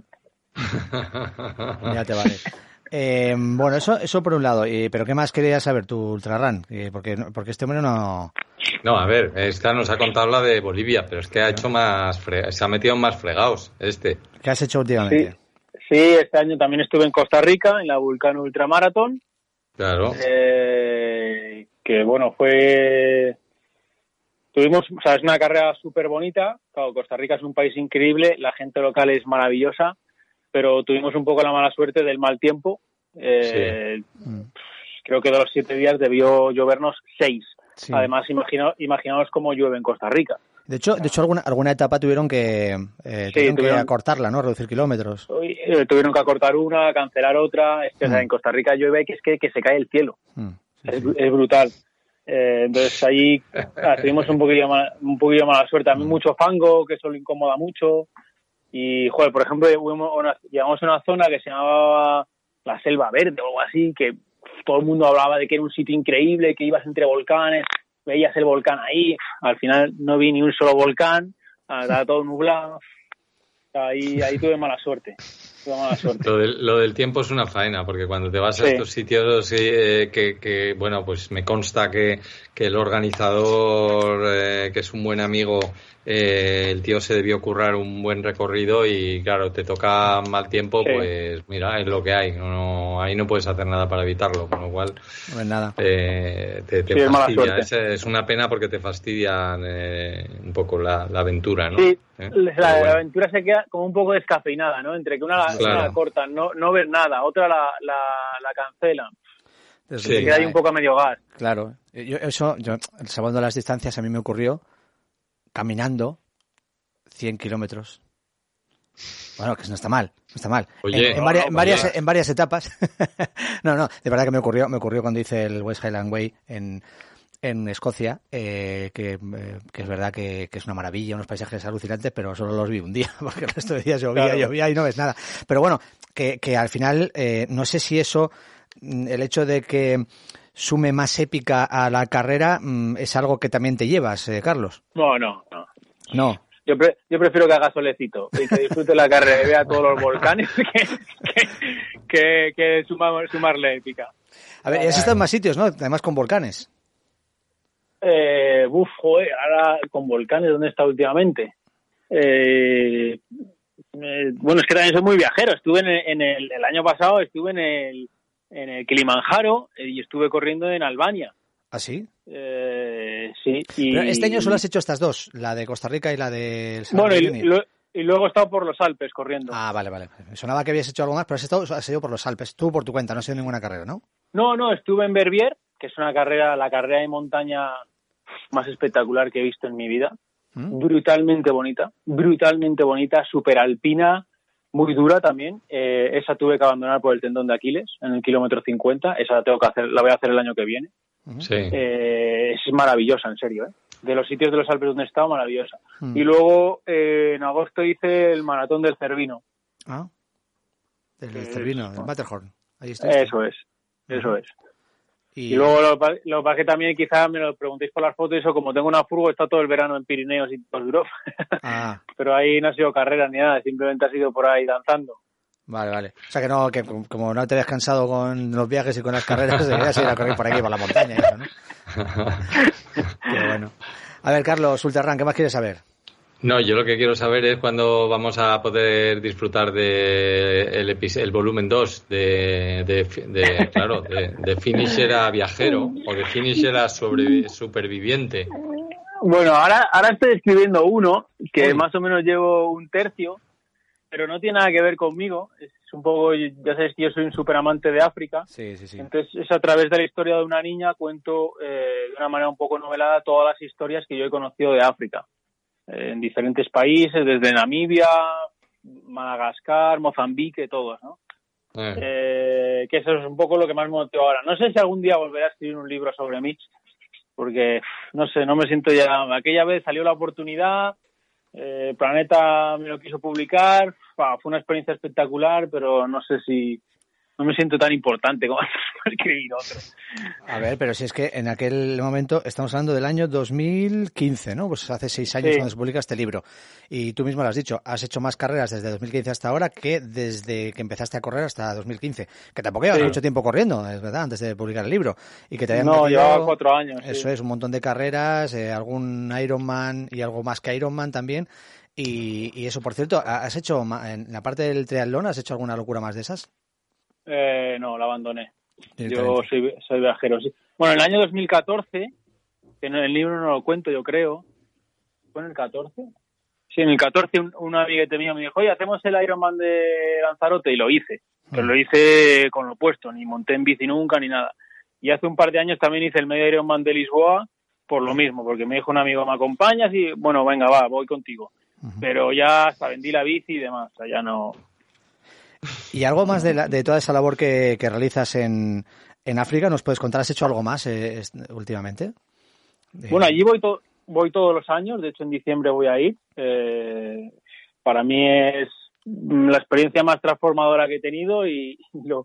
Ya te vale. Bueno, eso por un lado. Pero ¿qué más querías saber tu Ultrarun? Porque este hombre no... No, a ver, esta nos ha contado la de Bolivia, pero es que ha hecho se ha metido en más fregados, ¿Qué has hecho últimamente? Sí, este año también estuve en Costa Rica, en la Vulcano Ultramarathon. Claro. Que bueno, es una carrera súper bonita. Claro, Costa Rica es un país increíble, la gente local es maravillosa, pero tuvimos un poco la mala suerte del mal tiempo. Creo que de los 7 días debió llovernos 6. Sí. Además, imaginaos cómo llueve en Costa Rica. De hecho alguna etapa tuvieron que acortarla, ¿no? Reducir kilómetros. Tuvieron que acortar una, cancelar otra. Es que, o sea, en Costa Rica llueve que se cae el cielo. Es brutal. Entonces ahí tuvimos un poquillo mala suerte. A mí mucho fango, que eso lo incomoda mucho. Y, joder, por ejemplo, llegamos a una zona que se llamaba la Selva Verde o algo así, que todo el mundo hablaba de que era un sitio increíble, que ibas entre volcanes, veías el volcán ahí. Al final no vi ni un solo volcán, estaba todo nublado. Ahí tuve mala suerte. Lo del tiempo es una faena, porque cuando te vas a estos sitios que bueno, pues me consta que el organizador que es un buen amigo, el tío se debió currar un buen recorrido y claro, te toca mal tiempo, pues mira, es lo que hay, ahí no puedes hacer nada para evitarlo, con lo cual no es nada. te fastidia, es una pena porque te fastidia un poco la aventura, ¿no? Sí, la aventura se queda como un poco descafeinada, ¿no? Entre que una la cortan, no ves nada, otra la cancelan. Se queda ahí un poco a medio gas. Claro, yo salvando las distancias, a mí me ocurrió caminando 100 kilómetros. Bueno, que no está mal. Oye, en varias etapas. No, de verdad que me ocurrió cuando hice el West Highland Way en Escocia, que es verdad que es una maravilla, unos paisajes alucinantes, pero solo los vi un día, porque el resto de días llovía y no ves nada. Pero bueno, que al final, no sé si eso, el hecho de que sume más épica a la carrera, es algo que también te llevas, Carlos. No. Yo prefiero que haga solecito y que disfrute la carrera y vea todos los volcanes que sumarle épica. A ver, ya has estado en más sitios, ¿no? Además con volcanes. Ahora con volcanes, ¿dónde he estado últimamente? Bueno, es que también soy muy viajero. Estuve el año pasado, estuve en el Kilimanjaro y estuve corriendo en Albania. ¿Ah, sí? Sí. Pero este año solo has hecho estas dos, la de Costa Rica y la de... Y luego he estado por los Alpes corriendo. Ah, vale. Me sonaba que habías hecho algo más, pero has ido por los Alpes. Tú por tu cuenta, no has hecho ninguna carrera, ¿no? No, estuve en Verbier, que es la carrera de montaña más espectacular que he visto en mi vida. Brutalmente bonita, súper alpina, muy dura también. Esa tuve que abandonar por el tendón de Aquiles en el kilómetro 50. Esa la voy a hacer el año que viene. Sí. Es maravillosa, en serio, de los sitios de los Alpes donde he estado, maravillosa. Y luego en agosto hice el maratón del Cervino. El Cervino, el Matterhorn. Ahí está. Eso es. Y luego lo que pasa es que también quizás me lo preguntéis por las fotos, eso como tengo una furgo, está todo el verano en Pirineos y por Europa. Pero ahí no ha sido carrera ni nada, simplemente ha sido por ahí danzando. Vale. O sea que como no te habías cansado con los viajes y con las carreras, deberías ir a correr por aquí, por la montaña y eso, ¿no? Qué bueno. A ver, Carlos Ulterran, ¿qué más quieres saber? No, yo lo que quiero saber es cuándo vamos a poder disfrutar de el volumen 2 de Finisher a viajero o de Finisher a superviviente. Bueno, ahora estoy escribiendo uno que más o menos llevo un tercio, pero no tiene nada que ver conmigo. Es un poco, ya sabes que yo soy un súper amante de África. Sí. Entonces es a través de la historia de una niña, cuento de una manera un poco novelada todas las historias que yo he conocido de África. En diferentes países, desde Namibia, Madagascar, Mozambique, todos, ¿no? Que eso es un poco lo que más me motiva ahora. No sé si algún día volveré a escribir un libro sobre mí, porque, no sé, no me siento ya... Aquella vez salió la oportunidad, Planeta me lo quiso publicar, fue una experiencia espectacular, pero no sé si... No me siento tan importante como escribir otro. A ver, pero si es que en aquel momento estamos hablando del año 2015, ¿no? Pues hace 6 años cuando se publica este libro. Y tú mismo lo has dicho, has hecho más carreras desde 2015 hasta ahora que desde que empezaste a correr hasta 2015. Que tampoco llevas mucho tiempo corriendo, es verdad, antes de publicar el libro. Y que te habían metido, llevaba 4 años. Eso es, un montón de carreras, algún Ironman y algo más que Ironman también. Y eso, por cierto, ¿has hecho en la parte del triatlón, has hecho alguna locura más de esas? No, la abandoné. Yo soy viajero, sí. Bueno, en el año 2014, que en el libro no lo cuento, yo creo. ¿Fue en el 14? Sí, en el 14 un amiguete mío me dijo, oye, hacemos el Ironman de Lanzarote, y lo hice. Pero lo hice con lo opuesto, ni monté en bici nunca, ni nada. Y hace un par de años también hice el medio Ironman de Lisboa, por lo mismo, porque me dijo un amigo, ¿me acompañas? Y bueno, venga, voy contigo. Pero ya hasta vendí la bici y demás, o sea, ya no... ¿Y algo más de toda esa labor que realizas en África? ¿Nos puedes contar? ¿Has hecho algo más últimamente? Bueno, allí voy todos los años. De hecho, en diciembre voy a ir. Para mí es la experiencia más transformadora que he tenido y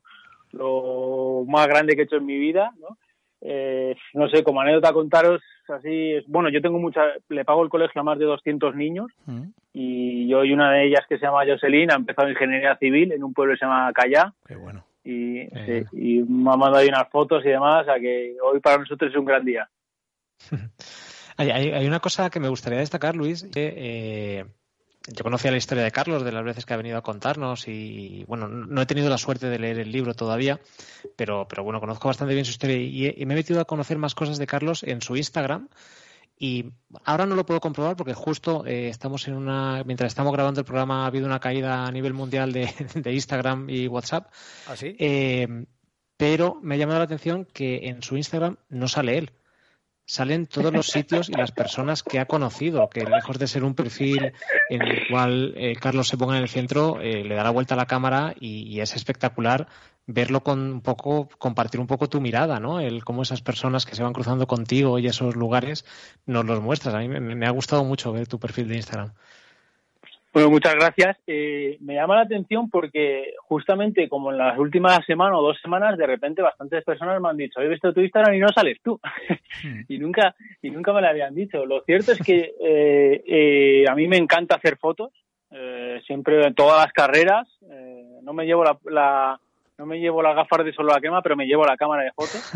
lo más grande que he hecho en mi vida, ¿no? No sé, como anécdota contaros, así es, bueno, yo tengo le pago el colegio a más de 200 niños y yo y una de ellas que se llama Jocelyn ha empezado ingeniería civil en un pueblo que se llama Callá. Qué bueno. Y me ha mandado ahí unas fotos y demás, a que hoy para nosotros es un gran día. Hay una cosa que me gustaría destacar, Luis, que yo conocía la historia de Carlos, de las veces que ha venido a contarnos y bueno, no he tenido la suerte de leer el libro todavía, pero bueno, conozco bastante bien su historia y me he metido a conocer más cosas de Carlos en su Instagram. Y ahora no lo puedo comprobar porque justo mientras estamos grabando el programa ha habido una caída a nivel mundial de Instagram y WhatsApp. ¿Ah, sí? Pero me ha llamado la atención que en su Instagram no sale él. Salen todos los sitios y las personas que ha conocido, que lejos de ser un perfil en el cual Carlos se ponga en el centro, le da la vuelta a la cámara y es espectacular verlo compartir un poco tu mirada, ¿no? Cómo esas personas que se van cruzando contigo y esos lugares nos los muestras. A mí me ha gustado mucho ver tu perfil de Instagram. Bueno, muchas gracias. Me llama la atención porque justamente como en las últimas semanas o 2 semanas, de repente bastantes personas me han dicho, he visto tu Instagram y no sales tú. y nunca me lo habían dicho. Lo cierto es que a mí me encanta hacer fotos, siempre en todas las carreras. No me llevo no me llevo las gafas de sol a quema, pero me llevo la cámara de fotos.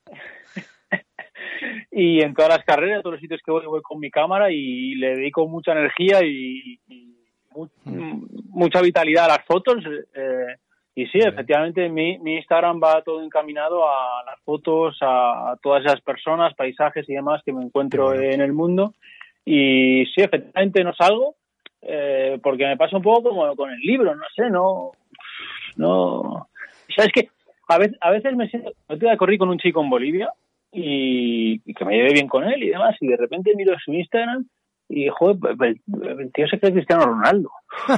Y en todas las carreras, en todos los sitios que voy con mi cámara y le dedico mucha energía y mucha vitalidad a las fotos. Y sí, efectivamente, mi Instagram va todo encaminado a las fotos, a todas esas personas, paisajes y demás que me encuentro en el mundo. Y sí, efectivamente no salgo, porque me pasa un poco como con el libro, no sé, no. ¿Sabes qué? A veces me siento... Yo te corrí con un chico en Bolivia y que me llevé bien con él y demás, y de repente miro su Instagram y, joder, el tío se cree Cristiano Ronaldo.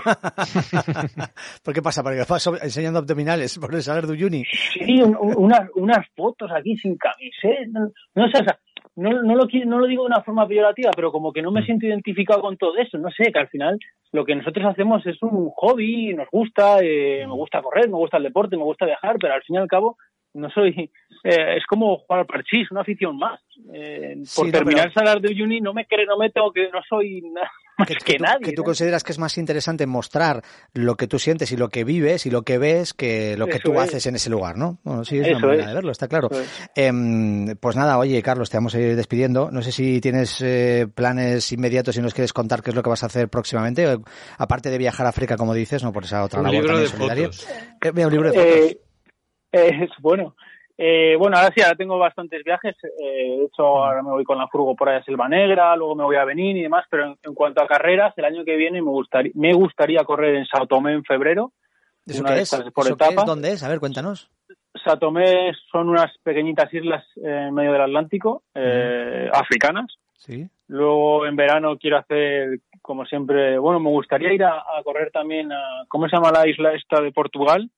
¿Por qué pasa? ¿Porque vas enseñando abdominales por el Saler de Uyuni? Sí, unas fotos aquí sin camiseta. No sé, o sea, no lo digo de una forma peyorativa, pero como que no me siento identificado con todo eso. No sé, que al final lo que nosotros hacemos es un hobby, nos gusta, me gusta correr, me gusta el deporte, me gusta viajar, pero al fin y al cabo no soy... es como jugar al parchís, una afición más. Por terminar el Salar de Uyuni no soy más que nadie. Que tú consideras que es más interesante mostrar lo que tú sientes y lo que vives y lo que ves que lo que tú haces en ese lugar, ¿no? Bueno, sí, es una manera de verlo, está claro. Pues nada, oye, Carlos, te vamos a ir despidiendo. No sé si tienes planes inmediatos y nos quieres contar qué es lo que vas a hacer próximamente, aparte de viajar a África, como dices, no por esa otra labor también solidaria. Un libro de fotos. Bueno, ahora tengo bastantes viajes. De hecho, ahora me voy con la furgo por allá a Selva Negra, luego me voy a Benín y demás, pero en cuanto a carreras, el año que viene me gustaría correr en Sao Tomé en febrero. ¿Eso qué es? ¿Eso qué es? ¿Dónde es? A ver, cuéntanos. Sao Tomé son unas pequeñitas islas en medio del Atlántico, africanas. Sí. Luego en verano quiero hacer, como siempre, me gustaría ir a correr también a, ¿cómo se llama la isla esta de Portugal?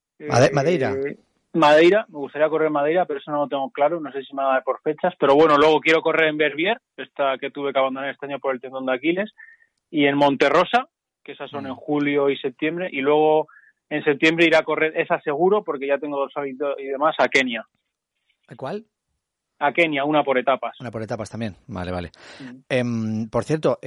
Madeira, me gustaría correr en Madeira, pero eso no lo tengo claro, no sé si me va a dar por fechas, pero bueno, luego quiero correr en Verbier, esta que tuve que abandonar este año por el tendón de Aquiles, y en Monterrosa, que esas son en julio y septiembre, y luego en septiembre iré a correr, esa seguro, porque ya tengo dorsal y demás, a Kenia. ¿A cuál? A Kenia, una por etapas. Una por etapas también, vale. Por cierto,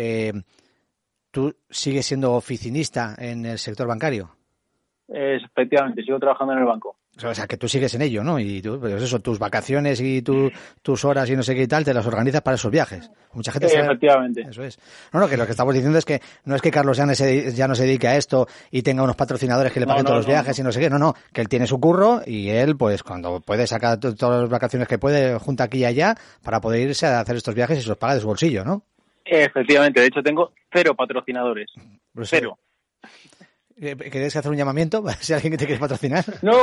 ¿tú sigues siendo oficinista en el sector bancario? Efectivamente, sigo trabajando en el banco. O sea, que tú sigues en ello, ¿no? Y tú, pues eso, tus vacaciones y tus horas y no sé qué y tal, te las organizas para esos viajes. Mucha gente efectivamente. Eso es. No, que lo que estamos diciendo es que no es que Carlos ya no se dedique a esto y tenga unos patrocinadores que le paguen todos los viajes y no sé qué. No, que él tiene su curro y él, pues, cuando puede sacar todas las vacaciones que puede, junta aquí y allá para poder irse a hacer estos viajes y se los paga de su bolsillo, ¿no? Efectivamente. De hecho, tengo 0 patrocinadores. Pues 0. ¿Quieres hacer un llamamiento? Si alguien te quiere patrocinar. No.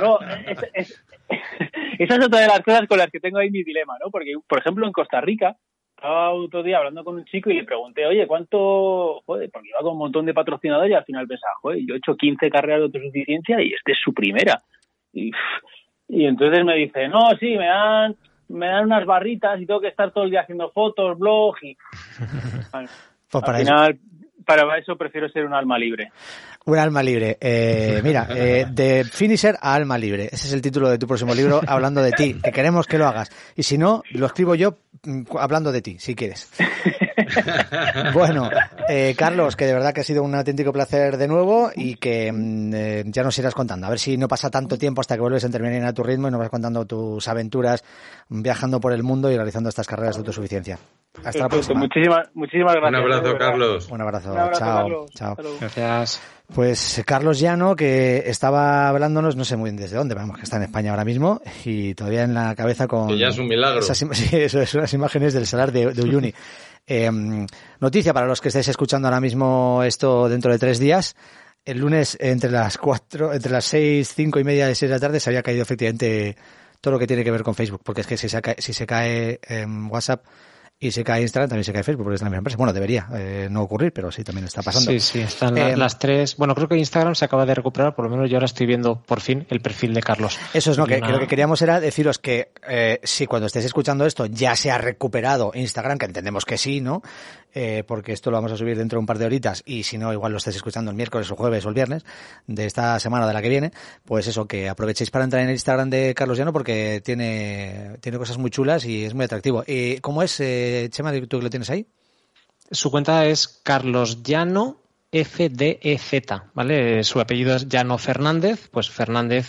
Esa es otra de las cosas con las que tengo ahí mi dilema, ¿no? Porque, por ejemplo, en Costa Rica, estaba otro día hablando con un chico y le pregunté, oye, ¿cuánto? Joder, porque iba con un montón de patrocinadores y al final pensaba, joder, yo he hecho 15 carreras de autosuficiencia y esta es su primera. Y entonces me dice, no, sí, me dan unas barritas y tengo que estar todo el día haciendo fotos, blog y... Bueno, pues al final... Para eso prefiero ser un alma libre. Un alma libre. Mira, de finisher a alma libre. Ese es el título de tu próximo libro, hablando de ti, que queremos que lo hagas. Y si no, lo escribo yo hablando de ti, si quieres. Bueno, Carlos, que de verdad que ha sido un auténtico placer de nuevo y que ya nos irás contando. A ver si no pasa tanto tiempo hasta que vuelves a terminar a tu ritmo y nos vas contando tus aventuras viajando por el mundo y realizando estas carreras de autosuficiencia. Hasta la próxima. Muchísimas gracias. Un abrazo, Carlos. Un abrazo. Chao. Carlos. Chao. Gracias. Pues Carlos Llano, que estaba hablándonos, no sé muy bien desde dónde, vamos, que está en España ahora mismo y todavía en la cabeza con... Que ya es un milagro. Esas imágenes del Salar de Uyuni. Noticia para los que estéis escuchando ahora mismo esto dentro de 3 días. El lunes entre las 6, 5 y media de 6 de la tarde se había caído efectivamente todo lo que tiene que ver con Facebook, porque es que si se cae WhatsApp y se cae Instagram, también se cae Facebook, porque es la misma empresa. Bueno, debería no ocurrir, pero sí, también está pasando. Sí, están las tres. Bueno, creo que Instagram se acaba de recuperar, por lo menos yo ahora estoy viendo por fin el perfil de Carlos. Eso es, ¿no? Que lo que queríamos era deciros que si cuando estéis escuchando esto ya se ha recuperado Instagram, que entendemos que sí, ¿no? Porque esto lo vamos a subir dentro de un par de horitas y si no, igual lo estáis escuchando el miércoles o jueves o el viernes de esta semana o de la que viene, pues eso, que aprovechéis para entrar en el Instagram de Carlos Llano porque tiene cosas muy chulas y es muy atractivo. ¿Cómo es, Chema, tú que lo tienes ahí? Su cuenta es Carlos Llano FDEZ, ¿vale? Su apellido es Llano Fernández, pues Fernández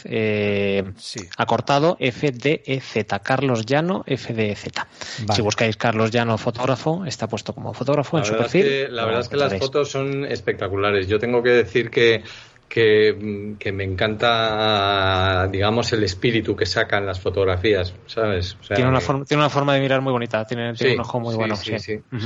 acortado FDEZ, Carlos Llano FDEZ. Vale. Si buscáis Carlos Llano fotógrafo, está puesto como fotógrafo en su perfil. La verdad es que las fotos son espectaculares. Yo tengo que decir que me encanta, digamos, el espíritu que sacan las fotografías, ¿sabes? O sea, tiene una forma de mirar muy bonita, tiene un ojo muy bueno. Sí.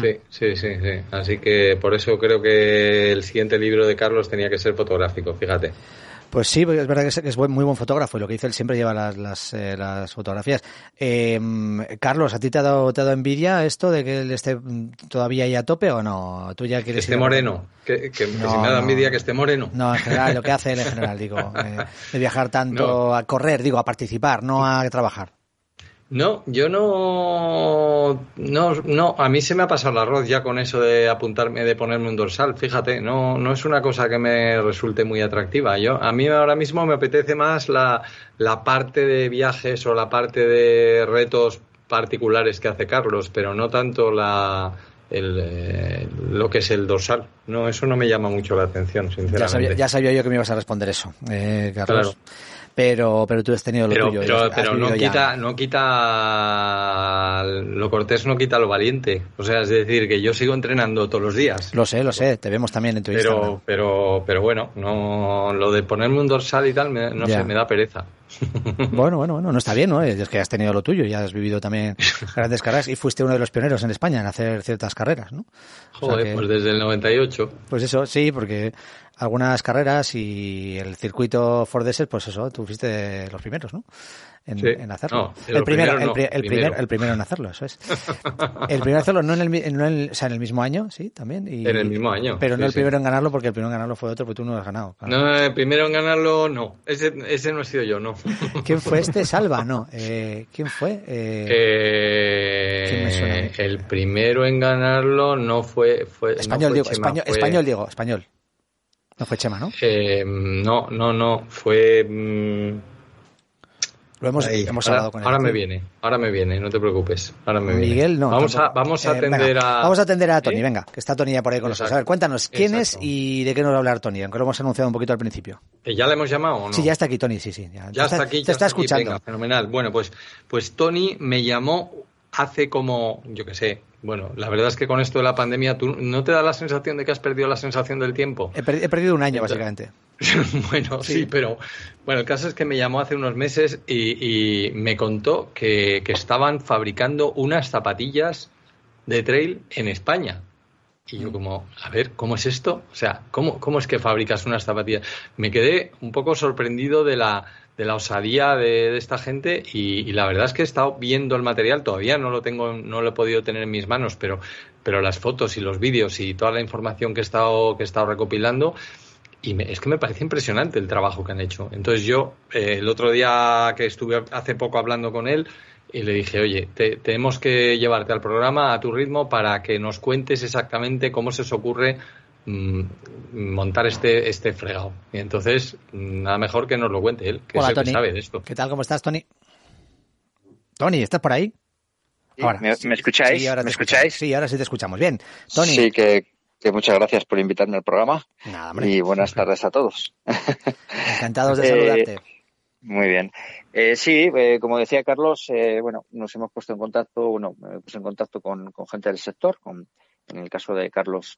Así que por eso creo que el siguiente libro de Carlos tenía que ser fotográfico, fíjate. Pues sí, porque es verdad que es muy buen fotógrafo y lo que dice él siempre lleva las fotografías. Carlos, ¿a ti te ha dado envidia esto de que él esté todavía ahí a tope o no? ¿Tú ya quieres que esté moreno? Que si me da envidia que esté moreno. No, en general, lo que hace él en general, digo, de viajar tanto a correr, digo, a participar, no a trabajar. No, yo no, a mí se me ha pasado el arroz ya con eso de apuntarme, de ponerme un dorsal, fíjate, no es una cosa que me resulte muy atractiva. A mí ahora mismo me apetece más la parte de viajes o la parte de retos particulares que hace Carlos, pero no tanto lo que es el dorsal. No, eso no me llama mucho la atención, sinceramente. Ya sabía yo que me ibas a responder eso, Carlos. Claro. Pero tú has tenido lo tuyo. Pero no quita lo cortés, no quita lo valiente. O sea, es decir, que yo sigo entrenando todos los días. Lo sé, te vemos también en tu Instagram. Pero bueno, no, lo de ponerme un dorsal y tal, me da pereza. Bueno, no está bien, ¿no? Es que has tenido lo tuyo, ya has vivido también grandes carreras y fuiste uno de los pioneros en España en hacer ciertas carreras, ¿no? Joder, pues desde el 98. Pues eso, sí, porque algunas carreras y el circuito Ford Desert, pues eso, tú fuiste los primeros, ¿no? En hacerlo. No, el primero en hacerlo, eso es. El primero en hacerlo, o sea, en el mismo año, sí, también. En el mismo año. Pero no el primero en ganarlo, porque el primero en ganarlo fue otro, porque tú no lo has ganado. Claro. No, el primero en ganarlo, no. Ese no he sido yo, no. ¿Quién fue este? Salva, no. ¿Quién fue? ¿Quién me suena? El primero en ganarlo no fue Español, no fue Chema, español. No fue Chema, ¿no? No. Fue... Lo hemos hablado con él. Ahora me viene, no te preocupes. Ahora me viene. Miguel, no. Vamos a atender Vamos a atender a Tony, venga, que está Tony ya por ahí con nosotros. A ver, cuéntanos, ¿quién es y de qué nos va a hablar Tony? Aunque lo hemos anunciado un poquito al principio. ¿Ya le hemos llamado o no? Sí, ya está aquí Tony, sí. Ya está aquí. Te está escuchando. Venga, fenomenal. Bueno, pues Tony me llamó hace como, yo qué sé, bueno, la verdad es que con esto de la pandemia, ¿tú no te da la sensación de que has perdido la sensación del tiempo? He perdido un año, básicamente. Bueno, sí, pero bueno, el caso es que me llamó hace unos meses y me contó que estaban fabricando unas zapatillas de trail en España. Y yo como, a ver, ¿cómo es esto? O sea, ¿cómo es que fabricas unas zapatillas? Me quedé un poco sorprendido de la osadía de esta gente y la verdad es que he estado viendo el material, todavía no lo he podido tener en mis manos, pero las fotos y los vídeos y toda la información que he estado recopilando, y es que me parece impresionante el trabajo que han hecho. Entonces yo, el otro día que estuve hace poco hablando con él, y le dije, oye, tenemos que llevarte al programa a tu ritmo para que nos cuentes exactamente cómo se os ocurre montar este fregado. Y entonces, nada mejor que nos lo cuente él, que Hola, es el Tony. que sabe de esto. ¿Qué tal? ¿Cómo estás, Tony? Tony, ¿estás por ahí? Sí, ahora. ¿Me escucháis? Sí, ahora ¿Me escucháis? Sí, ahora sí te escuchamos. Bien. Tony. Sí, que Muchas gracias por invitarme al programa. Nada, hombre. Y buenas tardes a todos. Encantados de saludarte. Muy bien. Como decía Carlos, nos hemos puesto en contacto, con gente del sector, en el caso de Carlos,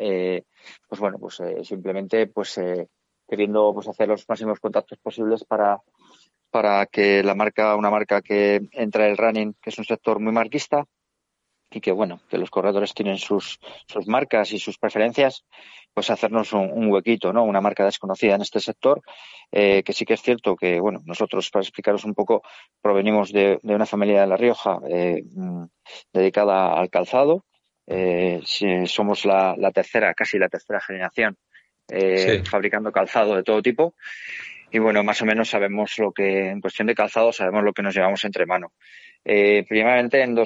simplemente queriendo hacer los máximos contactos posibles para que una marca que entra el running, que es un sector muy marquista, y que los corredores tienen sus marcas y sus preferencias, pues hacernos un huequito, ¿no? Una marca desconocida en este sector, que sí que es cierto que, nosotros, para explicaros un poco, provenimos de una familia de La Rioja dedicada al calzado. Somos casi la tercera generación fabricando calzado de todo tipo. Y más o menos sabemos en cuestión de calzado, sabemos lo que nos llevamos entre mano. Primeramente en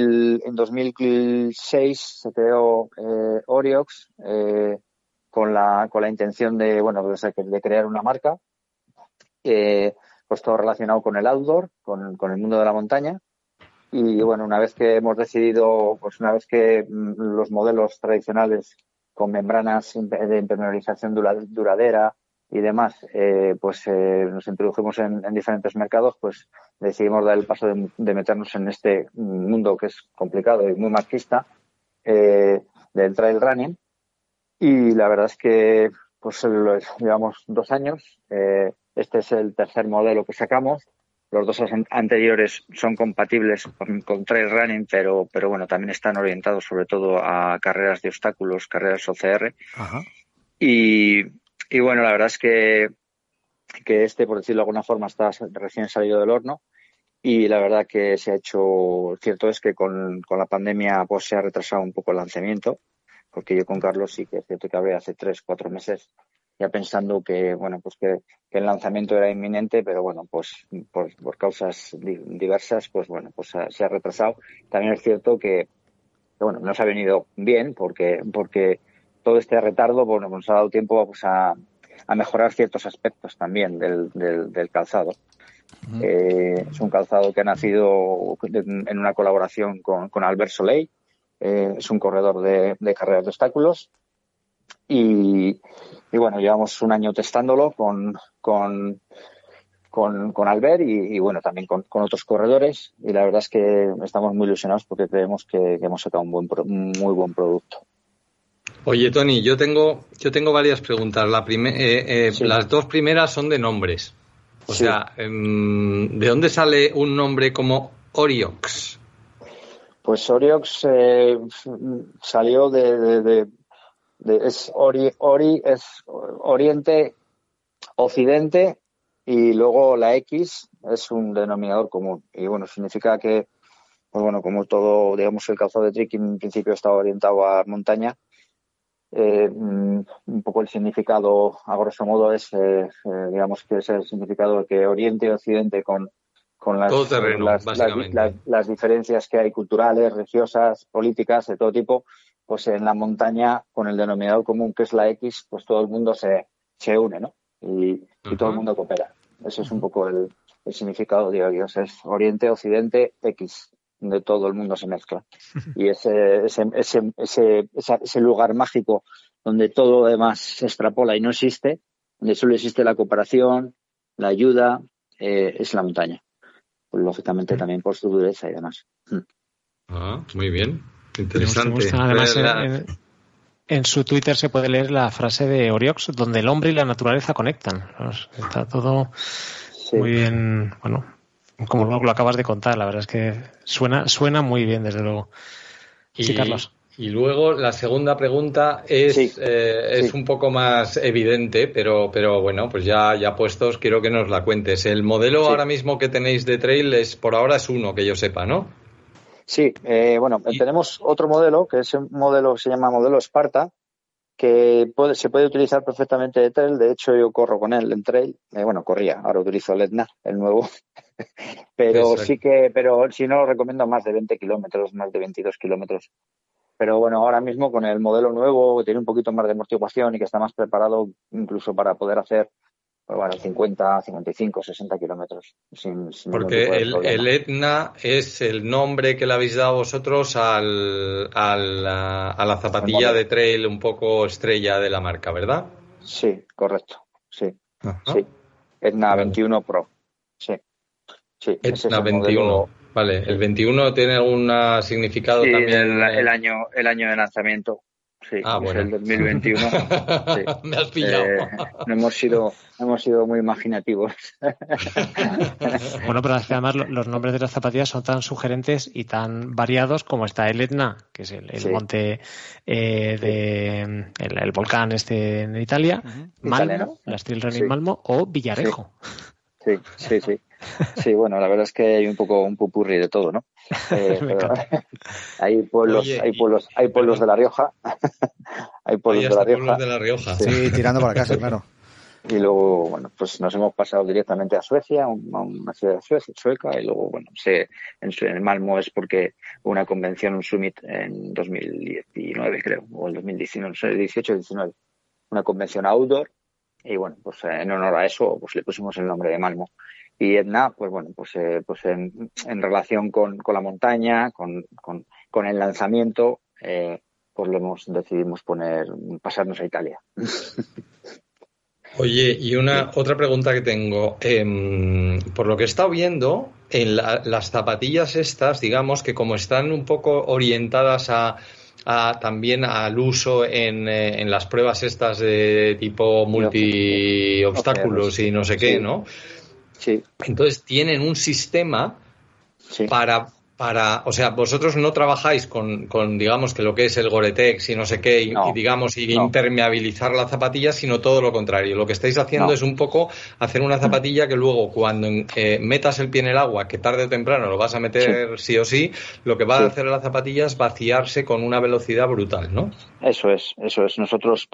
2006 se creó Oriox con la intención de crear una marca, todo relacionado con el outdoor, con el mundo de la montaña. Y una vez que hemos decidido, una vez que los modelos tradicionales con membranas de impermeabilización duradera y demás, nos introdujimos en diferentes mercados, pues decidimos dar el paso de meternos en este mundo que es complicado y muy marxista del trail running. Y la verdad es que llevamos 2 años. Este es el tercer modelo que sacamos. Los 2 anteriores son compatibles con trail running, pero también están orientados sobre todo a carreras de obstáculos, carreras OCR. Ajá. Y la verdad es que este, por decirlo de alguna forma, está recién salido del horno, y la verdad que se ha hecho, cierto es que con la pandemia se ha retrasado un poco el lanzamiento, porque yo con Carlos sí que es cierto que hablé hace 3-4 meses ya pensando que el lanzamiento era inminente, pero por causas diversas se ha retrasado. También es cierto que nos ha venido bien porque todo este retardo nos ha dado tiempo a mejorar ciertos aspectos también del calzado. Uh-huh. Es un calzado que ha nacido en una colaboración con Albert Soleil. Es un corredor de carreras de obstáculos y llevamos 1 año testándolo con Albert y también con otros corredores, y la verdad es que estamos muy ilusionados porque creemos que hemos sacado un muy buen producto. Oye, Tony, yo tengo varias preguntas. Las 2 primeras son de nombres. O sea, ¿de dónde sale un nombre como Oriox? Pues Oriox salió es Oriente, Occidente, y luego la X es un denominador común. Y significa que, como todo, digamos, el calzado de trekking en principio estaba orientado a montaña. Un poco el significado, a grosso modo, es, digamos, que es el significado de que Oriente y Occidente con las diferencias que hay culturales, religiosas, políticas, de todo tipo, pues en la montaña, con el denominador común que es la X, pues todo el mundo se une, ¿no? Y todo el mundo coopera. Ese es un poco el significado de Oriox, es Oriente, Occidente, X, donde todo el mundo se mezcla. Y ese lugar mágico donde todo lo demás se extrapola y no existe, donde solo existe la cooperación, la ayuda, es la montaña. Pues, lógicamente también por su dureza y demás. Muy bien, interesante. Me gusta. Además, en su Twitter se puede leer la frase de Oriox, donde el hombre y la naturaleza conectan. Está todo muy bien, como lo acabas de contar. La verdad es que suena muy bien, desde luego. Sí, Carlos. Y luego la segunda pregunta es un poco más evidente, pero pues ya puestos, quiero que nos la cuentes. El modelo ahora mismo que tenéis de trail por ahora es uno, que yo sepa, ¿no? Sí, tenemos otro modelo, que es un modelo que se llama modelo Sparta, que se puede utilizar perfectamente de trail. De hecho, yo corro con él en trail. Corría, ahora utilizo el Etna, el nuevo. Pero si no, lo recomiendo más de 20 kilómetros, más de 22 kilómetros. Pero ahora mismo con el modelo nuevo, que tiene un poquito más de amortiguación y que está más preparado incluso para poder hacer pues bueno, 50, 55, 60 kilómetros. Sin Porque el Etna es el nombre que le habéis dado vosotros a la zapatilla de trail un poco estrella de la marca, ¿verdad? Sí, correcto. Sí. Ajá. Sí. Etna 21 Pro. Sí. Sí. Etna 21. Modelo... Vale. Sí. ¿El 21 tiene algún significado también? El año de lanzamiento. Sí, bueno. Es el 2021. Sí. Me has pillado. No hemos sido muy imaginativos. Bueno, pero es que además los nombres de las zapatillas son tan sugerentes y tan variados como está el Etna, que es el monte el volcán en Italia, Malmo, la Trail Running Malmo o Villarejo. Sí. Sí, bueno, la verdad es que hay un poco un pupurri de todo, ¿no? Hay pueblos de La Rioja. Hay pueblos de La Rioja. Sí, tirando para casa, claro. Y luego, bueno, pues nos hemos pasado directamente a Suecia, a una ciudad sueca, y luego, bueno, en Malmo es porque hubo una convención, un summit en 2019, creo, o el 2019, no sé, 18-19, una convención outdoor, y bueno, pues en honor a eso, pues le pusimos el nombre de Malmo. Y Etna, pues bueno, pues en relación con la montaña, con el lanzamiento, pues decidimos pasarnos a Italia. Oye, y otra pregunta que tengo. Por lo que he estado viendo, en las zapatillas estas, digamos que como están un poco orientadas también al uso en las pruebas estas de tipo multi-obstáculos y no sé qué, ¿no? Sí. Entonces tienen un sistema para, o sea, vosotros no trabajáis con digamos que lo que es el Gore-Tex y no sé qué, impermeabilizar la zapatilla, sino todo lo contrario. Lo que estáis haciendo es un poco hacer una zapatilla que luego cuando metas el pie en el agua, que tarde o temprano lo vas a meter sí o sí, lo que va a hacer la zapatilla es vaciarse con una velocidad brutal, ¿no? Eso es. Nosotros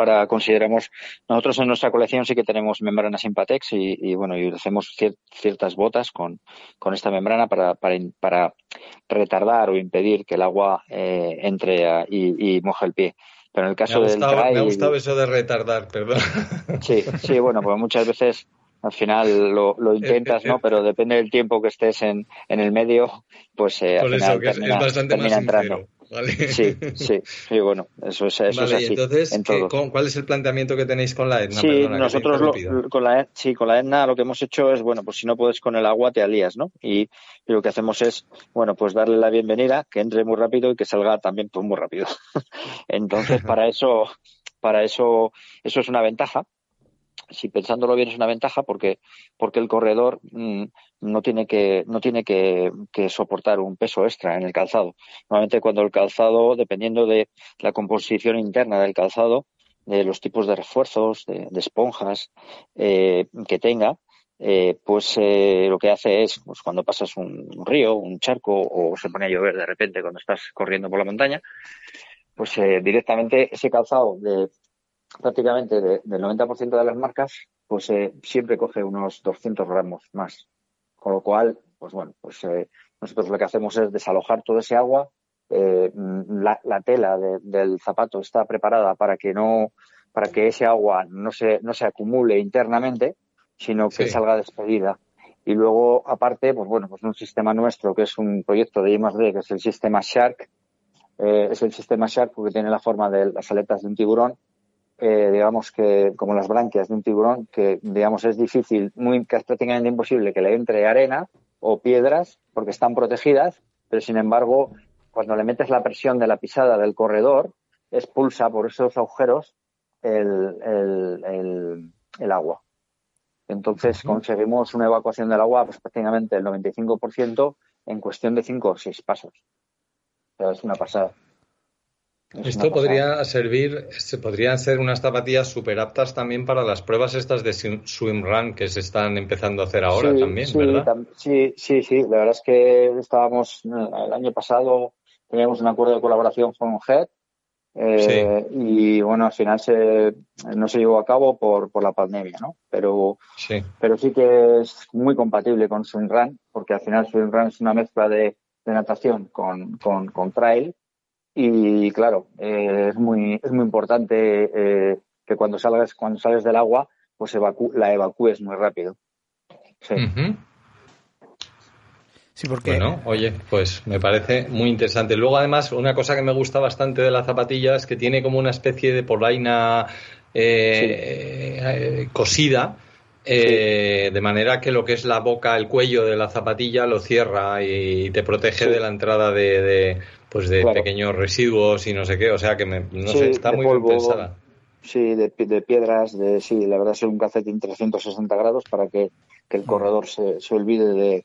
en nuestra colección sí que tenemos membranas Impatex y bueno, y hacemos ciertas botas con esta membrana para retardar o impedir que el agua entre y moje el pie. Pero en el caso del trail... Me ha gustado eso de retardar, perdón. Sí, bueno, pues muchas veces al final lo intentas, ¿no? Pero depende del tiempo que estés en el medio, pues al final es bastante más entrando. ¿Vale? Sí, bueno, eso es así. Entonces, ¿cuál es el planteamiento que tenéis con la Etna? Sí, Perdona, nosotros con la Etna lo que hemos hecho es, bueno, pues si no puedes con el agua te alías, ¿no? Y lo que hacemos es, bueno, pues darle la bienvenida, que entre muy rápido y que salga también pues muy rápido. Entonces, para eso es una ventaja. Si pensándolo bien es una ventaja porque el corredor no tiene que soportar un peso extra en el calzado. Normalmente cuando el calzado, dependiendo de la composición interna del calzado, de los tipos de refuerzos, de esponjas que tenga, lo que hace es, pues cuando pasas un río, un charco o se pone a llover de repente cuando estás corriendo por la montaña, pues directamente ese calzado prácticamente del 90% de las marcas, pues siempre coge unos 200 gramos más. Con lo cual, pues bueno, pues nosotros lo que hacemos es desalojar todo ese agua. La tela del zapato está preparada para que ese agua no se acumule internamente, sino que salga despedida. Y luego, aparte, pues bueno, pues un sistema nuestro que es un proyecto de I+D, que es el sistema Shark. Es el sistema Shark porque tiene la forma de las aletas de un tiburón. Digamos que como las branquias de un tiburón, que digamos es difícil, que es prácticamente imposible que le entre arena o piedras porque están protegidas, pero sin embargo cuando le metes la presión de la pisada del corredor expulsa por esos agujeros el agua. Entonces conseguimos una evacuación del agua pues prácticamente el 95% en cuestión de 5 o 6 pasos. O sea, es una pasada. Esto podrían ser unas zapatillas súper aptas también para las pruebas estas de swimrun que se están empezando a hacer ahora también, ¿verdad? Sí. La verdad es que el año pasado teníamos un acuerdo de colaboración con Head y bueno, al final no se llevó a cabo por la pandemia, ¿no? Pero sí que es muy compatible con swimrun porque al final swimrun es una mezcla de natación con trail. Y claro, es muy importante que cuando sales del agua pues la evacúes muy rápido. Sí. Uh-huh. Sí, porque... Bueno, oye, pues me parece muy interesante. Luego, además, una cosa que me gusta bastante de la zapatilla es que tiene como una especie de polaina cosida, de manera que lo que es la boca, el cuello de la zapatilla lo cierra y te protege de la entrada de pequeños residuos y no sé qué. O sea que está muy polvo, bien pensada. Sí, de piedras, la verdad es un calcetín 360 grados para que el corredor se olvide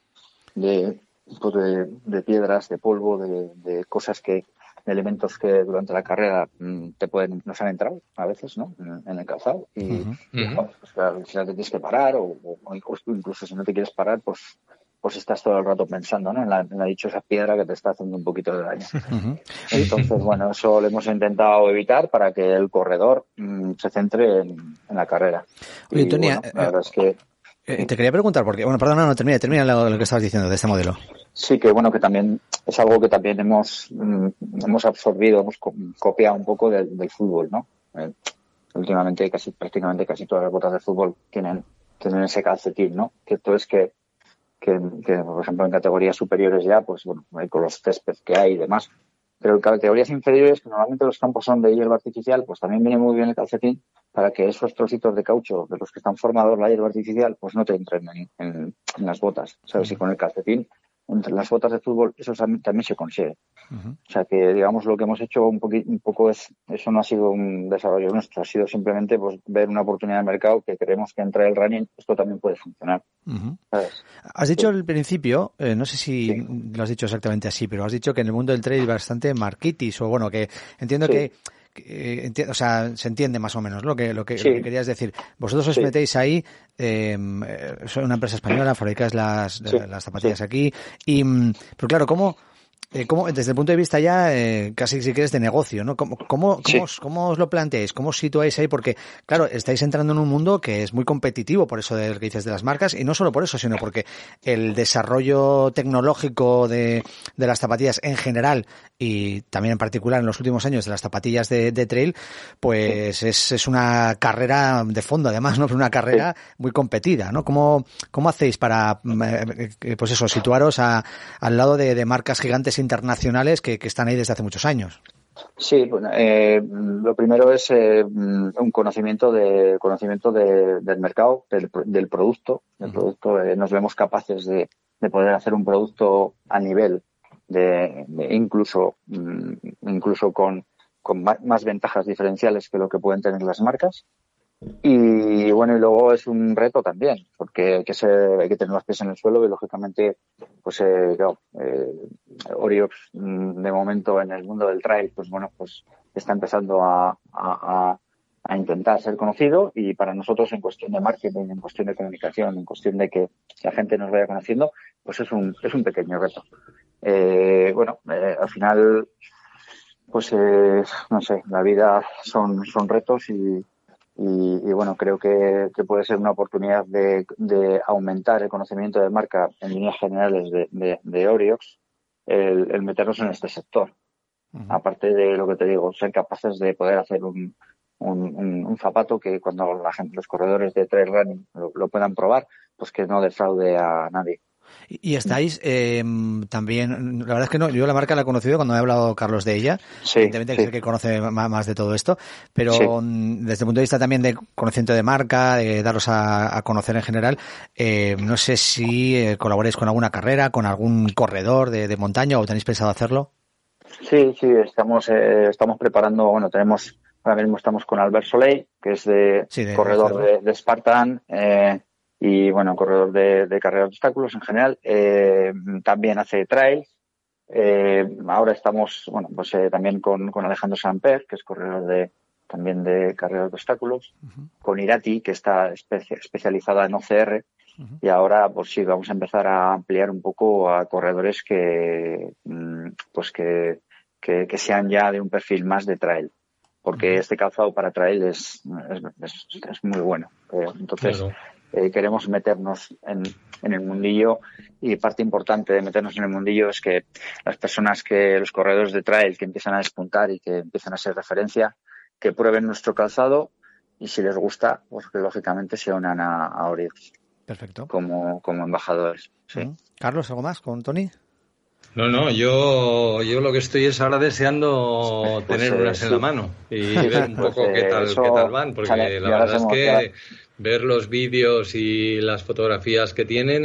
de piedras, de polvo, de cosas de elementos que durante la carrera nos han entrado a veces, ¿no? En el calzado y pues, claro, si no te tienes que parar o incluso si no te quieres parar, pues estás todo el rato pensando, ¿no? en la dichosa piedra que te está haciendo un poquito de daño. Entonces, bueno, eso lo hemos intentado evitar para que el corredor se centre en la carrera. Oye, Tony, bueno, la verdad es que te quería preguntar, porque, bueno, perdona, no, termina lo que estabas diciendo de este modelo. Sí, que bueno, que también es algo que también hemos absorbido, hemos copiado un poco del fútbol, ¿no? Últimamente prácticamente casi todas las botas de fútbol tienen ese calcetín, ¿no? Que esto es que por ejemplo en categorías superiores ya, pues bueno, con los césped que hay y demás, pero en categorías inferiores, que normalmente los campos son de hierba artificial, pues también viene muy bien el calcetín para que esos trocitos de caucho de los que están formados la hierba artificial, pues no te entren en las botas, ¿sabes? Y con el calcetín entre las botas de fútbol eso también se consigue. O sea que, digamos, lo que hemos hecho un poco eso no ha sido un desarrollo nuestro, ha sido simplemente pues ver una oportunidad de mercado que creemos que entre el running esto también puede funcionar. ¿Sabes? Has dicho al principio, no sé si lo has dicho exactamente así, pero has dicho que en el mundo del trail hay bastante marketing, o bueno, que entiendo que o sea, se entiende más o menos lo que querías decir. Vosotros os metéis ahí, soy una empresa española, fabricáis las zapatillas aquí, pero claro, ¿cómo desde el punto de vista ya casi si quieres de negocio, ¿no? ¿Cómo os lo planteáis? ¿Cómo os situáis ahí? Porque, claro, estáis entrando en un mundo que es muy competitivo, por eso de lo que dices de las marcas, y no solo por eso, sino porque el desarrollo tecnológico de las zapatillas en general y también en particular en los últimos años de las zapatillas de trail, pues es una carrera de fondo, además, ¿no? Pero una carrera muy competida, ¿no? ¿Cómo hacéis para, pues eso, situaros al lado de marcas gigantes internacionales que están ahí desde hace muchos años? Sí, bueno, lo primero es un conocimiento del mercado, del producto. Nos vemos capaces de poder hacer un producto a nivel incluso con más ventajas diferenciales que lo que pueden tener las marcas. Y bueno, y luego es un reto también, porque hay que tener los pies en el suelo y lógicamente, pues Oriox de momento en el mundo del trail, pues bueno, pues está empezando a intentar ser conocido, y para nosotros en cuestión de marketing, en cuestión de comunicación, en cuestión de que la gente nos vaya conociendo, pues es un pequeño reto. Al final, pues no sé, la vida son retos y bueno, creo que puede ser una oportunidad de aumentar el conocimiento de marca en líneas generales de Oriox, el meternos en este sector. Aparte de lo que te digo, ser capaces de poder hacer un zapato que cuando los corredores de trail running lo puedan probar, pues que no defraude a nadie. Y estáis también, la verdad es que no, yo la marca la he conocido cuando he hablado Carlos de ella, evidentemente que es el que conoce más de todo esto, pero desde el punto de vista también de conocimiento de marca, de daros a conocer en general, no sé si colaboráis con alguna carrera, con algún corredor de montaña, o tenéis pensado hacerlo. Sí, estamos preparando, bueno, ahora mismo estamos con Albert Soleil, que es corredor de Spartan, y bueno, corredor de carreras de obstáculos en general, también hace trails. Ahora estamos, bueno, pues también con Alejandro Samper, que es corredor también de carreras de obstáculos, con Irati, que está especializada en OCR, y ahora pues sí, vamos a empezar a ampliar un poco a corredores que sean ya de un perfil más de trail, porque este calzado para trail es muy bueno. Entonces, queremos meternos en el mundillo, y parte importante de meternos en el mundillo es que los corredores de trail que empiezan a despuntar y que empiezan a ser referencia, que prueben nuestro calzado y si les gusta, pues que lógicamente se unan a Orix. Perfecto. Como embajadores. Sí. Carlos, ¿algo más con Tony? No, yo lo que estoy es ahora deseando tener unas en la mano y ver un poco qué tal van, porque la verdad es que ver los vídeos y las fotografías que tienen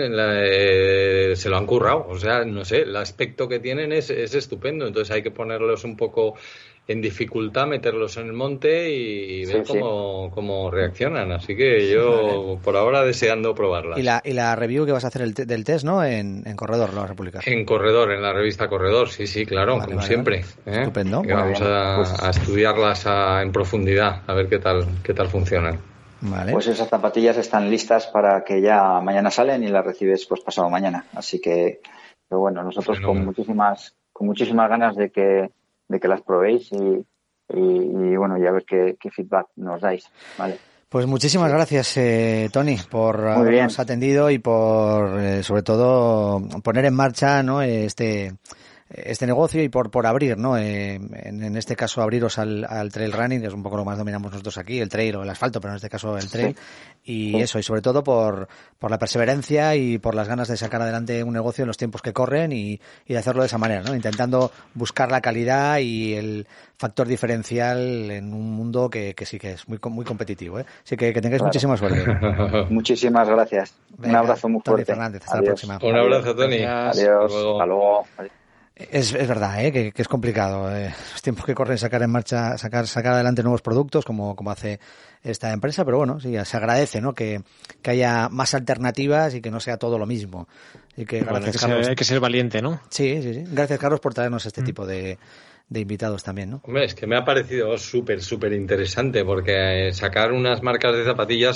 se lo han currado, o sea, no sé, el aspecto que tienen es estupendo, entonces hay que ponerlos un poco en dificultad, meterlos en el monte y ver cómo reaccionan. Así que yo por ahora deseando probarlas. Y la review que vas a hacer del test, ¿no? En Corredor lo vas a publicar. En Corredor, en la revista Corredor, sí, claro, como siempre. Estupendo. Que vamos a estudiarlas en profundidad, a ver qué tal funcionan. Vale. Pues esas zapatillas están listas para que ya mañana salen y las recibes pues pasado mañana. Así que, pero bueno, nosotros con muchísimas ganas de que las probéis y bueno, y a ver qué feedback nos dais, ¿vale? Pues muchísimas gracias, Tony, por habernos atendido y por, sobre todo, poner en marcha, ¿no?, este negocio y por abrir, ¿no? En este caso, abriros al trail running, es un poco lo más dominamos nosotros aquí, el trail o el asfalto, pero en este caso el trail. Y eso, y sobre todo por la perseverancia y por las ganas de sacar adelante un negocio en los tiempos que corren y de hacerlo de esa manera, ¿no? Intentando buscar la calidad y el factor diferencial en un mundo que sí que es muy competitivo, ¿eh? Así que tengáis muchísima suerte. Muchísimas gracias. Venga, un abrazo muy fuerte. Tony Fernández, hasta la próxima. Un abrazo, Tony. Adiós. Hasta luego. Es verdad, que es complicado. Los tiempos que corren sacar adelante nuevos productos como hace esta empresa, pero bueno, sí, se agradece, ¿no?, que haya más alternativas y que no sea todo lo mismo. Y que gracias, Carlos. Hay que ser valiente, ¿no? Sí. Gracias, Carlos, por traernos este tipo de invitados también, ¿no? Hombre, es que me ha parecido súper interesante porque sacar unas marcas de zapatillas,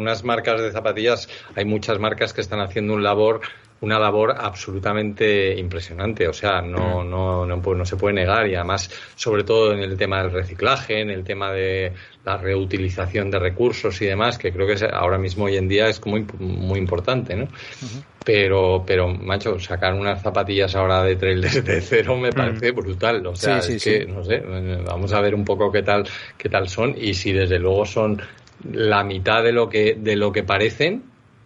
hay muchas marcas que están haciendo una labor absolutamente impresionante, o sea, no se puede negar, y además, sobre todo en el tema del reciclaje, en el tema de la reutilización de recursos y demás, que creo que ahora mismo hoy en día es como muy importante, ¿no? Uh-huh. Pero, macho, sacar unas zapatillas ahora de trail desde cero me parece brutal, o sea, que, no sé, vamos a ver un poco qué tal son, y si desde luego son la mitad de lo que parecen,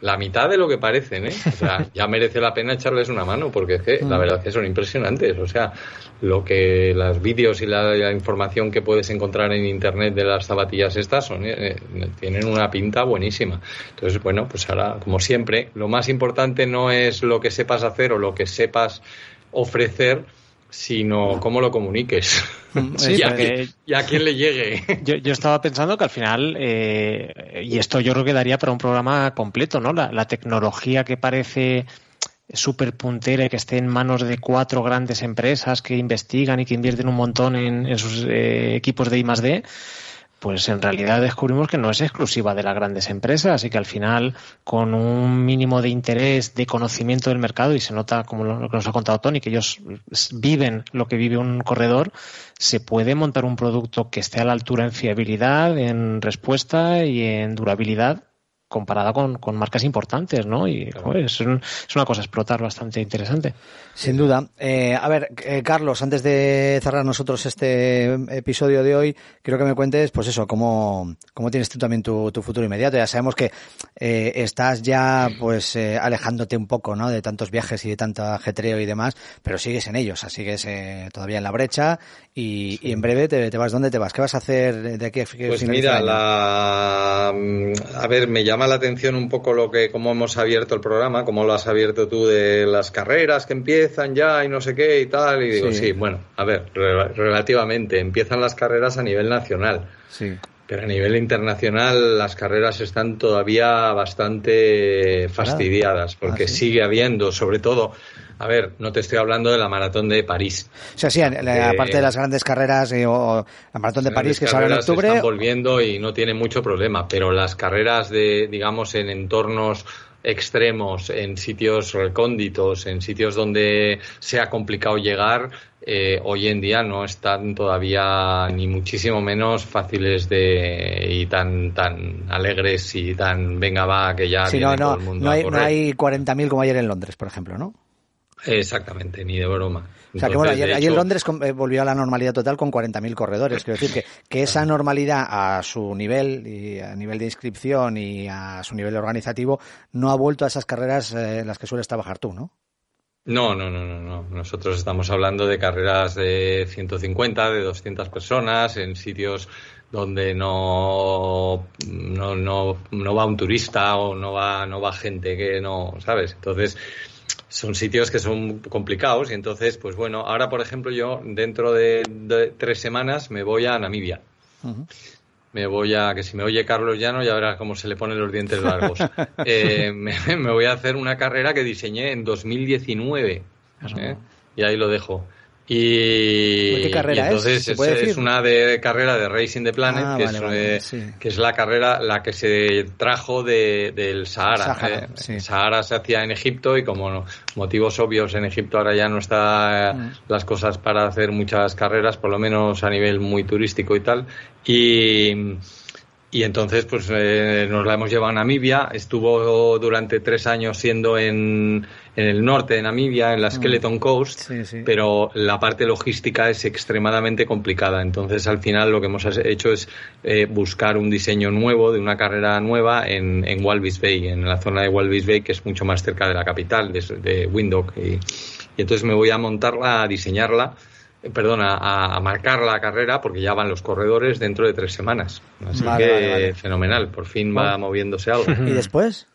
o sea, ya merece la pena echarles una mano, porque es que la verdad es que son impresionantes, o sea, los vídeos y la información que puedes encontrar en internet de las zapatillas estas tienen una pinta buenísima. Entonces, bueno, pues ahora, como siempre, lo más importante no es lo que sepas hacer o lo que sepas ofrecer, sino cómo lo comuniques. Sí, y a quién le llegue. Yo estaba pensando que al final, y esto yo creo que daría para un programa completo, ¿no? La tecnología que parece súper puntera y que esté en manos de 4 grandes empresas que investigan y que invierten un montón en sus equipos de I+D, pues en realidad descubrimos que no es exclusiva de las grandes empresas y que al final, con un mínimo de interés, de conocimiento del mercado, y se nota, como lo que nos ha contado Tony, que ellos viven lo que vive un corredor, se puede montar un producto que esté a la altura en fiabilidad, en respuesta y en durabilidad, comparada con marcas importantes, ¿no? Y joder, es una cosa a explotar bastante interesante. Sin duda. A ver, Carlos, antes de cerrar nosotros este episodio de hoy, quiero que me cuentes, pues eso, cómo tienes tú también tu futuro inmediato. Ya sabemos que estás ya, pues, alejándote un poco, ¿no?, de tantos viajes y de tanto ajetreo y demás, pero sigues en ellos, sigues todavía en la brecha y en breve te vas. ¿Dónde te vas? ¿Qué vas a hacer de aquí a Pues mira, a ver, me llama la atención un poco cómo hemos abierto el programa, cómo lo has abierto tú, de las carreras que empiezan ya y no sé qué y tal, y digo, sí, bueno, a ver, relativamente, empiezan las carreras a nivel nacional. Sí. Pero a nivel internacional las carreras están todavía bastante fastidiadas, porque sigue habiendo, sobre todo, a ver, no te estoy hablando de la maratón de París. O sea, sí, aparte de las grandes carreras, o la maratón de París, que sale en octubre. Están volviendo y no tiene mucho problema, pero las carreras digamos, en entornos extremos, en sitios recónditos, en sitios donde sea complicado llegar, hoy en día no están todavía ni muchísimo menos fáciles y tan alegres y tan venga va que ya viene todo el mundo. No hay 40.000 como ayer en Londres, por ejemplo, ¿no? Exactamente, ni de broma. O sea, que bueno, ayer en Londres volvió a la normalidad total con 40.000 corredores. Quiero decir que esa normalidad a su nivel, y a nivel de inscripción y a su nivel organizativo, no ha vuelto a esas carreras en las que sueles trabajar tú, ¿no? No. Nosotros estamos hablando de carreras de 150, de 200 personas, en sitios donde no va un turista o no va gente que no, ¿sabes? Entonces, son sitios que son complicados y entonces, pues bueno, ahora por ejemplo yo dentro de 3 semanas me voy a Namibia. Uh-huh. Que si me oye Carlos Llano ya verás cómo se le ponen los dientes largos. Me voy a hacer una carrera que diseñé en 2019. Y ahí lo dejo. ¿Qué carrera entonces es una carrera de Racing the Planet, que es la carrera la que se trajo del Sahara. Sahara se hacía en Egipto y como motivos obvios en Egipto ahora ya no está las cosas para hacer muchas carreras, por lo menos a nivel muy turístico y tal. Y entonces pues nos la hemos llevado a Namibia. Estuvo durante 3 años siendo en el norte de Namibia, en la Skeleton Coast, pero la parte logística es extremadamente complicada. Entonces al final lo que hemos hecho es buscar un diseño nuevo, de una carrera nueva en Walvis Bay, en la zona de Walvis Bay, que es mucho más cerca de la capital, de Windhoek. Y entonces me voy a montarla, a diseñarla, a marcar la carrera, porque ya van los corredores dentro de 3 semanas. Así que fenomenal, por fin va moviéndose algo. ¿Y después?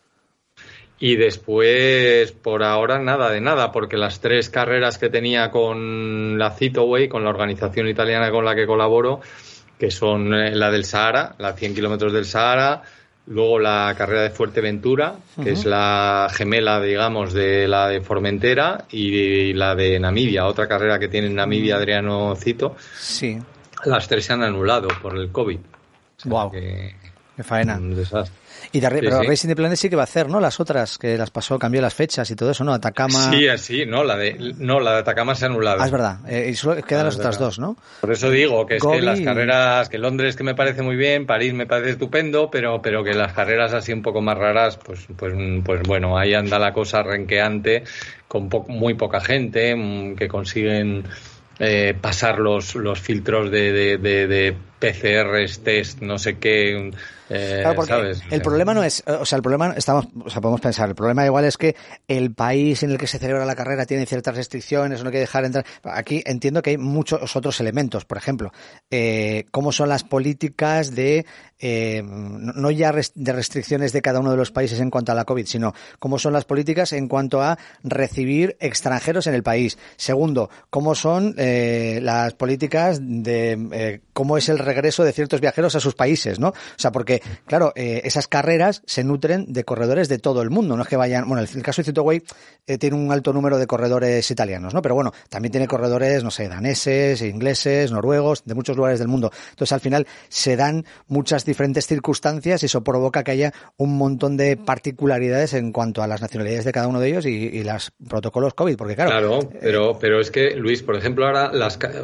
Y después, por ahora, nada de nada, porque las 3 carreras que tenía con la Citoway, con la organización italiana con la que colaboro, que son la del Sahara, la 100 kilómetros del Sahara, luego la carrera de Fuerteventura, que es la gemela, digamos, de la de Formentera, y la de Namibia, otra carrera que tiene en Namibia Adriano Cito. Sí. Las 3 se han anulado por el COVID. Wow. Qué faena. Un desastre. Pero Racing the Planet sí que va a hacer, ¿no? Las otras, que las pasó, cambió las fechas y todo eso, ¿no? Atacama... Sí, la de Atacama se ha anulado. Es verdad. Y solo quedan las otras 2, ¿no? Por eso digo que es que las carreras, que Londres que me parece muy bien, París me parece estupendo, pero que las carreras así un poco más raras, pues bueno, ahí anda la cosa renqueante, con muy poca gente, que consiguen pasar los filtros de PCRs, test, no sé qué... Claro, porque ¿sabes? El problema no es, podemos pensar, el problema igual es que el país en el que se celebra la carrera tiene ciertas restricciones, no hay que dejar entrar. Aquí entiendo que hay muchos otros elementos, por ejemplo, cómo son las políticas de, no ya de restricciones de cada uno de los países en cuanto a la COVID, sino cómo son las políticas en cuanto a recibir extranjeros en el país. Segundo, cómo son las políticas de cómo es el regreso de ciertos viajeros a sus países, ¿no? O sea, porque claro, esas carreras se nutren de corredores de todo el mundo, no es que vayan, bueno, el caso de Citoway tiene un alto número de corredores italianos, ¿no? Pero bueno, también tiene corredores, no sé, daneses, ingleses, noruegos, de muchos lugares del mundo. Entonces, al final, se dan muchas diferentes circunstancias y eso provoca que haya un montón de particularidades en cuanto a las nacionalidades de cada uno de ellos y los protocolos COVID, porque claro... pero es que, Luis, por ejemplo, ahora,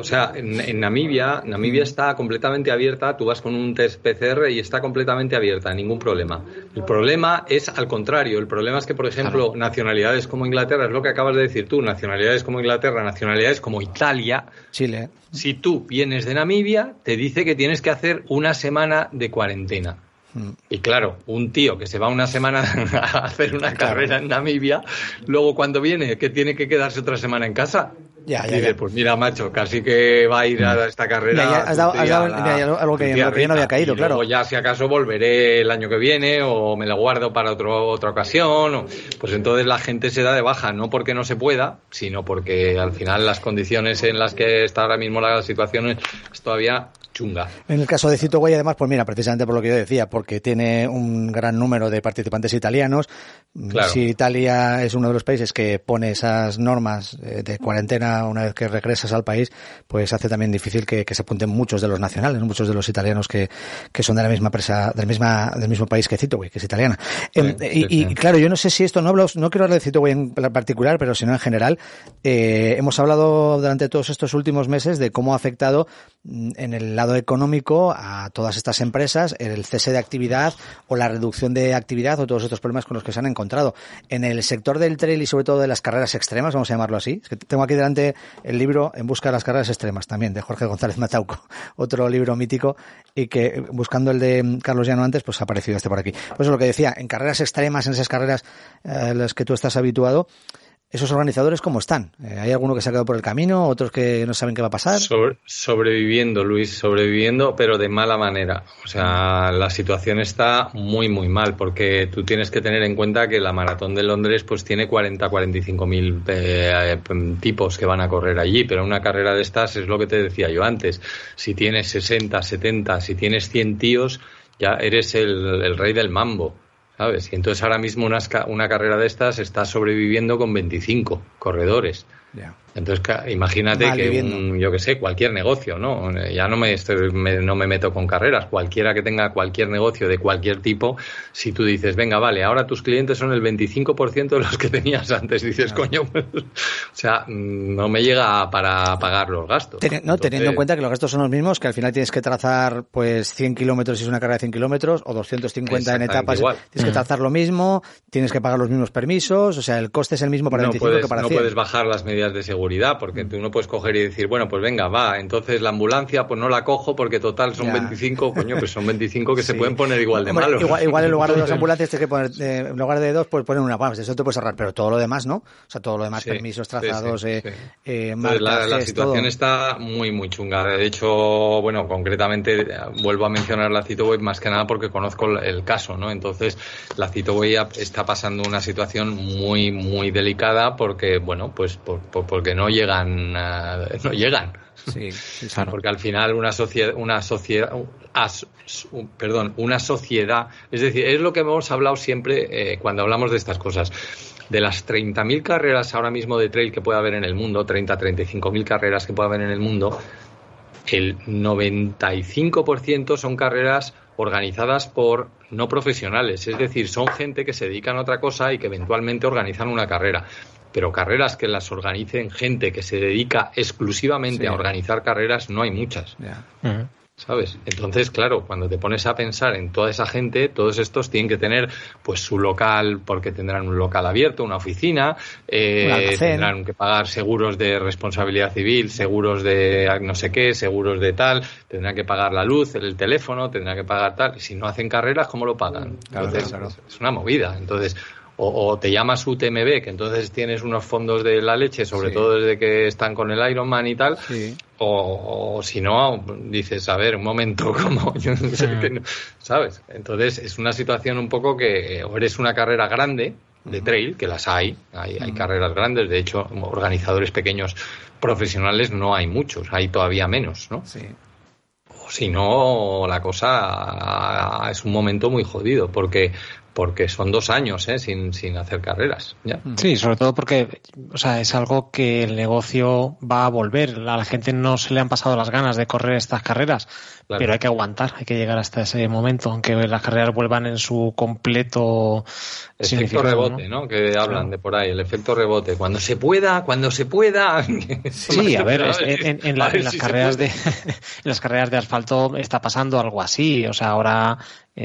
en Namibia está completamente abierta, tú vas con un test PCR y está completamente abierta, ningún problema. El problema es al contrario, el problema es que, por ejemplo, nacionalidades como Inglaterra, es lo que acabas de decir tú, nacionalidades como Inglaterra, nacionalidades como Italia, Chile. Si tú vienes de Namibia, te dice que tienes que hacer 1 semana de cuarentena. Y claro, un tío que se va 1 semana a hacer una carrera en Namibia, luego cuando viene, que tiene que quedarse otra semana en casa. Ya. Pues mira, macho, casi que va a ir a esta carrera. Has dado algo que yo no había caído, claro. Luego ya, si acaso, volveré el año que viene o me lo guardo para otra ocasión. Pues entonces la gente se da de baja, no porque no se pueda, sino porque al final las condiciones en las que está ahora mismo la situación es todavía chunga. En el caso de Citoway, además, pues mira, precisamente por lo que yo decía, porque tiene un gran número de participantes italianos. Claro. Si Italia es uno de los países que pone esas normas de cuarentena una vez que regresas al país, pues hace también difícil que se apunten muchos de los nacionales, muchos de los italianos que son de la misma empresa, del mismo país que Citoway, que es italiana. Y claro, yo no sé si esto, no quiero hablar de Citoway en particular, pero sino en general, hemos hablado durante todos estos últimos meses de cómo ha afectado en el lado lado económico a todas estas empresas, el cese de actividad o la reducción de actividad o todos estos problemas con los que se han encontrado. En el sector del trail y sobre todo de las carreras extremas, vamos a llamarlo así, es que tengo aquí delante el libro En busca de las carreras extremas, también de Jorge González Matauco, otro libro mítico, y que buscando el de Carlos Llano antes, pues ha aparecido este por aquí. Pues es lo que decía, en carreras extremas, en esas carreras en las que tú estás habituado, ¿esos organizadores cómo están? ¿Hay alguno que se ha quedado por el camino? ¿Otros que no saben qué va a pasar? Sobreviviendo, Luis, sobreviviendo, pero de mala manera. O sea, la situación está muy, muy mal, porque tú tienes que tener en cuenta que la Maratón de Londres pues tiene 45.000 tipos que van a correr allí, pero una carrera de estas es lo que te decía yo antes. Si tienes 60, 70, si tienes 100 tíos, ya eres el rey del mambo, ¿sabes? Y entonces ahora mismo una carrera de estas está sobreviviendo con 25 corredores. Yeah. Entonces imagínate yo que sé, cualquier negocio, ¿no? Ya no me meto con carreras, cualquiera que tenga cualquier negocio de cualquier tipo, si tú dices, venga, vale, ahora tus clientes son el 25% de los que tenías antes, dices, coño, pues, o sea, no me llega para pagar los gastos. Teniendo en cuenta que los gastos son los mismos, que al final tienes que trazar pues 100 kilómetros si es una carrera de 100 kilómetros o 250 en etapas, igual. Tienes que trazar lo mismo, tienes que pagar los mismos permisos, o sea, el coste es el mismo para 25 que para 100. No puedes bajar las medidas de seguridad, porque tú no puedes coger y decir, bueno, pues venga, va, entonces la ambulancia pues no la cojo porque total son 25, coño, pues son 25 que se pueden poner igual de malos. Igual en lugar de 2 ambulancias tienes que poner, en lugar de 2 pues poner una, pues eso te puedes ahorrar, pero todo lo demás, ¿no? O sea, todo lo demás, permisos, trazados, marcas, la situación está muy, muy chunga. De hecho, bueno, concretamente vuelvo a mencionar la Citoway más que nada porque conozco el caso, ¿no? Entonces, la Citoway está pasando una situación muy, muy delicada porque, bueno, pues porque no llegan. Sí, claro. Porque al final una sociedad, es decir, es lo que hemos hablado siempre cuando hablamos de estas cosas. De las 30.000 carreras ahora mismo de trail que puede haber en el mundo, 35.000 carreras que puede haber en el mundo, el 95% son carreras organizadas por no profesionales, es decir, son gente que se dedican a otra cosa y que eventualmente organizan una carrera. Pero carreras que las organicen gente que se dedica exclusivamente a organizar carreras no hay muchas. ¿Sabes? Entonces, claro, cuando te pones a pensar en toda esa gente, todos estos tienen que tener pues su local, porque tendrán un local abierto, una oficina, tendrán que pagar seguros de responsabilidad civil, seguros de no sé qué, seguros de tal, tendrán que pagar la luz, el teléfono, tendrán que pagar tal. Y si no hacen carreras, ¿cómo lo pagan? Entonces, es una movida. Entonces, o te llamas UTMB, que entonces tienes unos fondos de la leche, sobre todo desde que están con el Ironman y tal, o si no, dices, a ver, un momento, ¿cómo? Yo no sé qué, ¿sabes? Entonces es una situación un poco que o eres una carrera grande de trail, que las hay carreras grandes, de hecho, organizadores pequeños profesionales no hay muchos, hay todavía menos, ¿no? Sí. O si no, la cosa es un momento muy jodido, porque son 2 años sin hacer carreras. ¿Ya? Sí, sobre todo porque es algo que el negocio va a volver. A la gente no se le han pasado las ganas de correr estas carreras, pero hay que aguantar, hay que llegar hasta ese momento, aunque las carreras vuelvan en su completo efecto rebote, ¿no? Que hablan de por ahí, el efecto rebote. Cuando se pueda. Sí, a ver, en las carreras en las carreras de asfalto está pasando algo así. O sea, ahora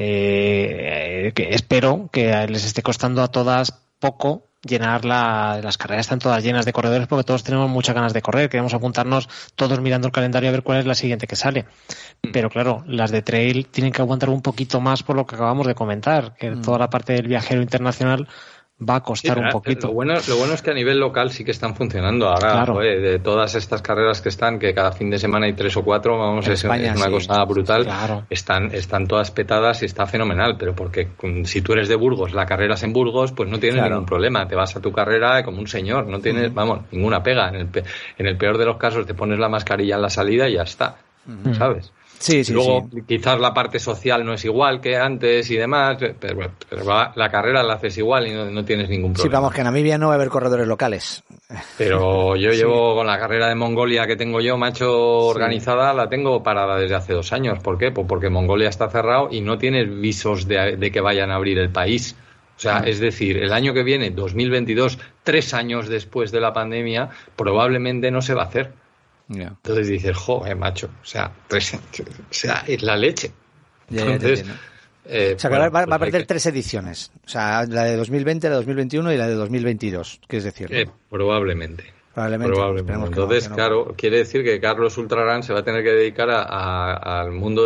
que espero que les esté costando a todas poco llenar las carreras, están todas llenas de corredores porque todos tenemos muchas ganas de correr, queremos apuntarnos todos mirando el calendario a ver cuál es la siguiente que sale, pero claro, las de trail tienen que aguantar un poquito más por lo que acabamos de comentar, que toda la parte del viajero internacional va a costar un poquito. Lo bueno es que a nivel local sí que están funcionando ahora, de todas estas carreras que cada fin de semana hay 3 o 4, vamos, es una cosa brutal, están todas petadas y está fenomenal, pero porque si tú eres de Burgos, la carrera es en Burgos, pues no tienes ningún problema, te vas a tu carrera como un señor, no tienes, ninguna pega, en el peor de los casos te pones la mascarilla en la salida y ya está, ¿sabes? Sí, luego quizás la parte social no es igual que antes y demás, pero la carrera la haces igual y no tienes ningún problema. Sí, vamos, que en Namibia no va a haber corredores locales. Pero yo llevo con la carrera de Mongolia que tengo yo, macho, organizada, la tengo parada desde hace 2 años. ¿Por qué? Pues porque Mongolia está cerrado y no tienes visos de que vayan a abrir el país. O sea, es decir, el año que viene, 2022, 3 años después de la pandemia, probablemente no se va a hacer. Entonces dices, joder, macho, o sea, es la leche. Entonces, o sea, que va a perder 3 ediciones. O sea, la de 2020, la de 2021 y la de 2022, ¿quieres decir? ¿No? Probablemente. Entonces, claro, quiere decir que Carlos Ultrarán se va a tener que dedicar al mundo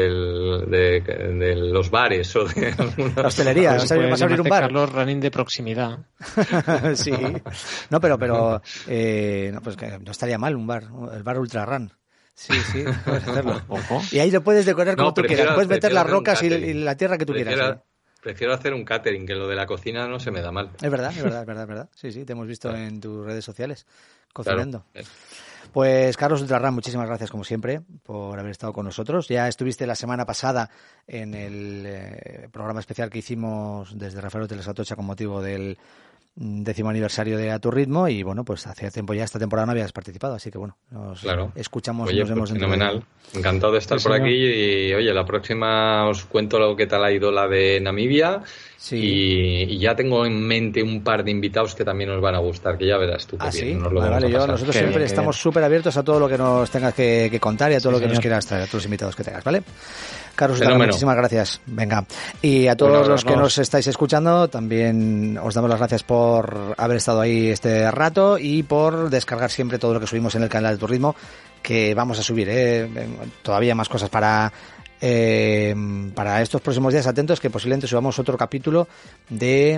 de los bares o de la hostelería. ¿Vas a abrir un bar? Carlos Running de proximidad. Sí. No, pero no, pues que no estaría mal un bar, el bar Ultrarun. Sí, puedes hacerlo. Y ahí lo puedes decorar como tú quieras. Puedes meter las rocas y la tierra que tú quieras. Prefiero hacer un catering, que lo de la cocina no se me da mal. Es verdad. Sí, te hemos visto en tus redes sociales cocinando. Claro. Pues Carlos Ultrarán, muchísimas gracias como siempre por haber estado con nosotros. Ya estuviste la semana pasada en el programa especial que hicimos desde Rafael Hoteles Atocha con motivo del 10º aniversario de A Tu Ritmo y bueno, pues hacía tiempo ya, esta temporada no habías participado, así que bueno, escuchamos y nos vemos dentro. Fenomenal, encantado de estar por aquí y oye, la próxima os cuento qué tal ha ido la de Namibia y ya tengo en mente un par de invitados que también os van a gustar, que ya verás tú. Nosotros siempre estamos súper abiertos a todo lo que nos tengas que contar y a todo lo que nos quieras traer, a todos los invitados que tengas, ¿vale? Carlos, muchísimas gracias. Venga. Y a todos los que nos estáis escuchando, también os damos las gracias por haber estado ahí este rato y por descargar siempre todo lo que subimos en el canal de Tu Ritmo, que vamos a subir todavía más cosas para estos próximos días. Atentos, que posiblemente subamos otro capítulo de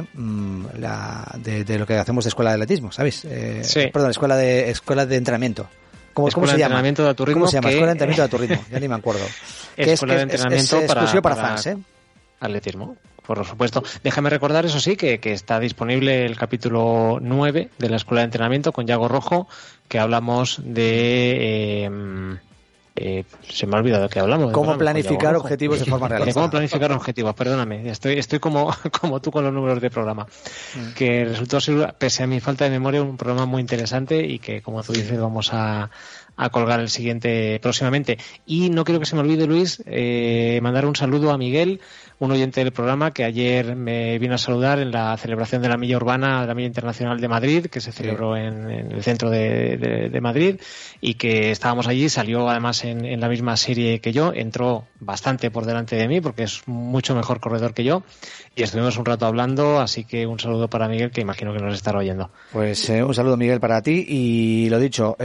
lo que hacemos de escuela de atletismo, ¿sabéis? Perdón, escuela de entrenamiento. ¿Cómo se llama? De A Tu Ritmo. ¿Cómo se llama? Escuela de entrenamiento de A Tu Ritmo. Ya ni me acuerdo. Escuela de entrenamiento exclusivo para fans, atletismo, por supuesto. Déjame recordar, eso sí, que está disponible el capítulo 9 de la Escuela de Entrenamiento con Yago Rojo, que hablamos de... se me ha olvidado de qué hablamos. ¿Cómo planificar objetivos de forma realista? ¿Cómo planificar objetivos? Perdóname, estoy como tú con los números de programa. Que resultó ser, pese a mi falta de memoria, un programa muy interesante y que, como tú dices, vamos a colgar el siguiente próximamente. Y no quiero que se me olvide, Luis, mandar un saludo a Miguel, un oyente del programa que ayer me vino a saludar en la celebración de la Milla Urbana, de la Milla Internacional de Madrid, que se celebró en el centro de Madrid, y que estábamos allí. Salió además en la misma serie que yo, entró bastante por delante de mí porque es mucho mejor corredor que yo, y estuvimos un rato hablando, así que un saludo para Miguel, que imagino que nos estará oyendo. Pues un saludo, Miguel, para ti, y lo dicho,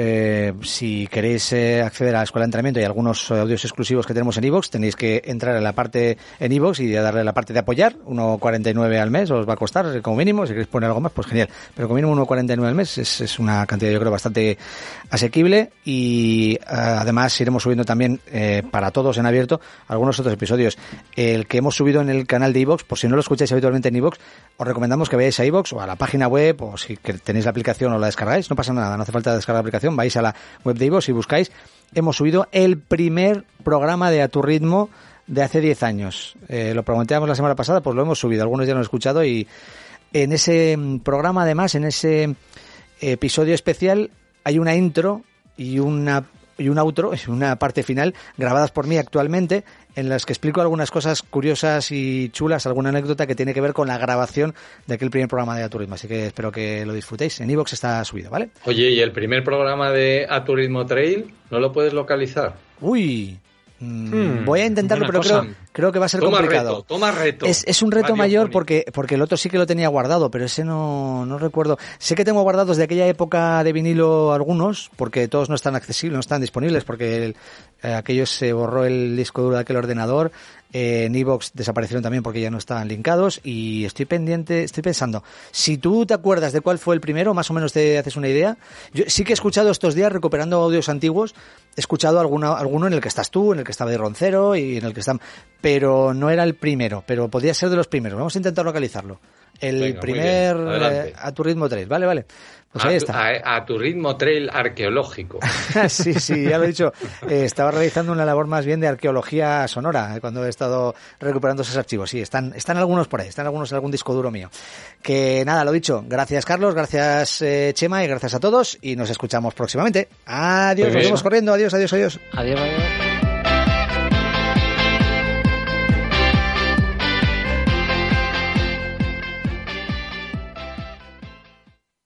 si queréis acceder a la Escuela de Entrenamiento y algunos audios exclusivos que tenemos en iVoox, tenéis que entrar en la parte en iVoox y darle la parte de apoyar. 1,49 al mes os va a costar como mínimo. Si queréis poner algo más, pues genial, pero como mínimo 1,49 al mes es una cantidad, yo creo, bastante asequible. Y además iremos subiendo también para todos en abierto algunos otros episodios. El que hemos subido en el canal de iVoox, por si no lo escucháis habitualmente en iVoox, os recomendamos que vayáis a iVoox o a la página web, o si tenéis la aplicación o la descargáis, no pasa nada, no hace falta descargar la aplicación, vais a la web de iVoox y buscáis. Hemos subido el primer programa de A Tu Ritmo de hace 10 años. Lo prometíamos la semana pasada, pues lo hemos subido. Algunos ya lo han escuchado, y en ese programa, además, en ese episodio especial, hay una intro y un outro, una parte final, grabadas por mí actualmente, en las que explico algunas cosas curiosas y chulas, alguna anécdota que tiene que ver con la grabación de aquel primer programa de A Tu Ritmo. Así que espero que lo disfrutéis. En iVoox está subido, ¿vale? Oye, ¿y el primer programa de A Tu Ritmo Trail no lo puedes localizar? Uy... voy a intentarlo, pero creo que va a ser complicado. Toma reto. Es un reto mayor porque el otro sí que lo tenía guardado, pero ese no recuerdo. Sé que tengo guardados de aquella época de vinilo algunos, porque todos no están accesibles, no están disponibles, porque aquello se borró el disco duro de aquel ordenador. En iVoox desaparecieron también porque ya no estaban linkados, y estoy pensando, si tú te acuerdas de cuál fue el primero, más o menos te haces una idea. Yo sí que he escuchado estos días, recuperando audios antiguos, he escuchado alguno en el que estás tú, en el que estaba de Roncero y en el que están, pero no era el primero, pero podría ser de los primeros. Vamos a intentar localizarlo. El primer A Tu Ritmo Trail, vale. Pues ahí está. A Tu Ritmo Trail arqueológico. Sí, ya lo he dicho. Estaba realizando una labor más bien de arqueología sonora cuando he estado recuperando esos archivos. Sí, están algunos por ahí, están algunos en algún disco duro mío. Que nada, lo dicho. Gracias, Carlos, gracias, Chema, y gracias a todos, y nos escuchamos próximamente. Adiós, nos vemos corriendo. Adiós. Adiós.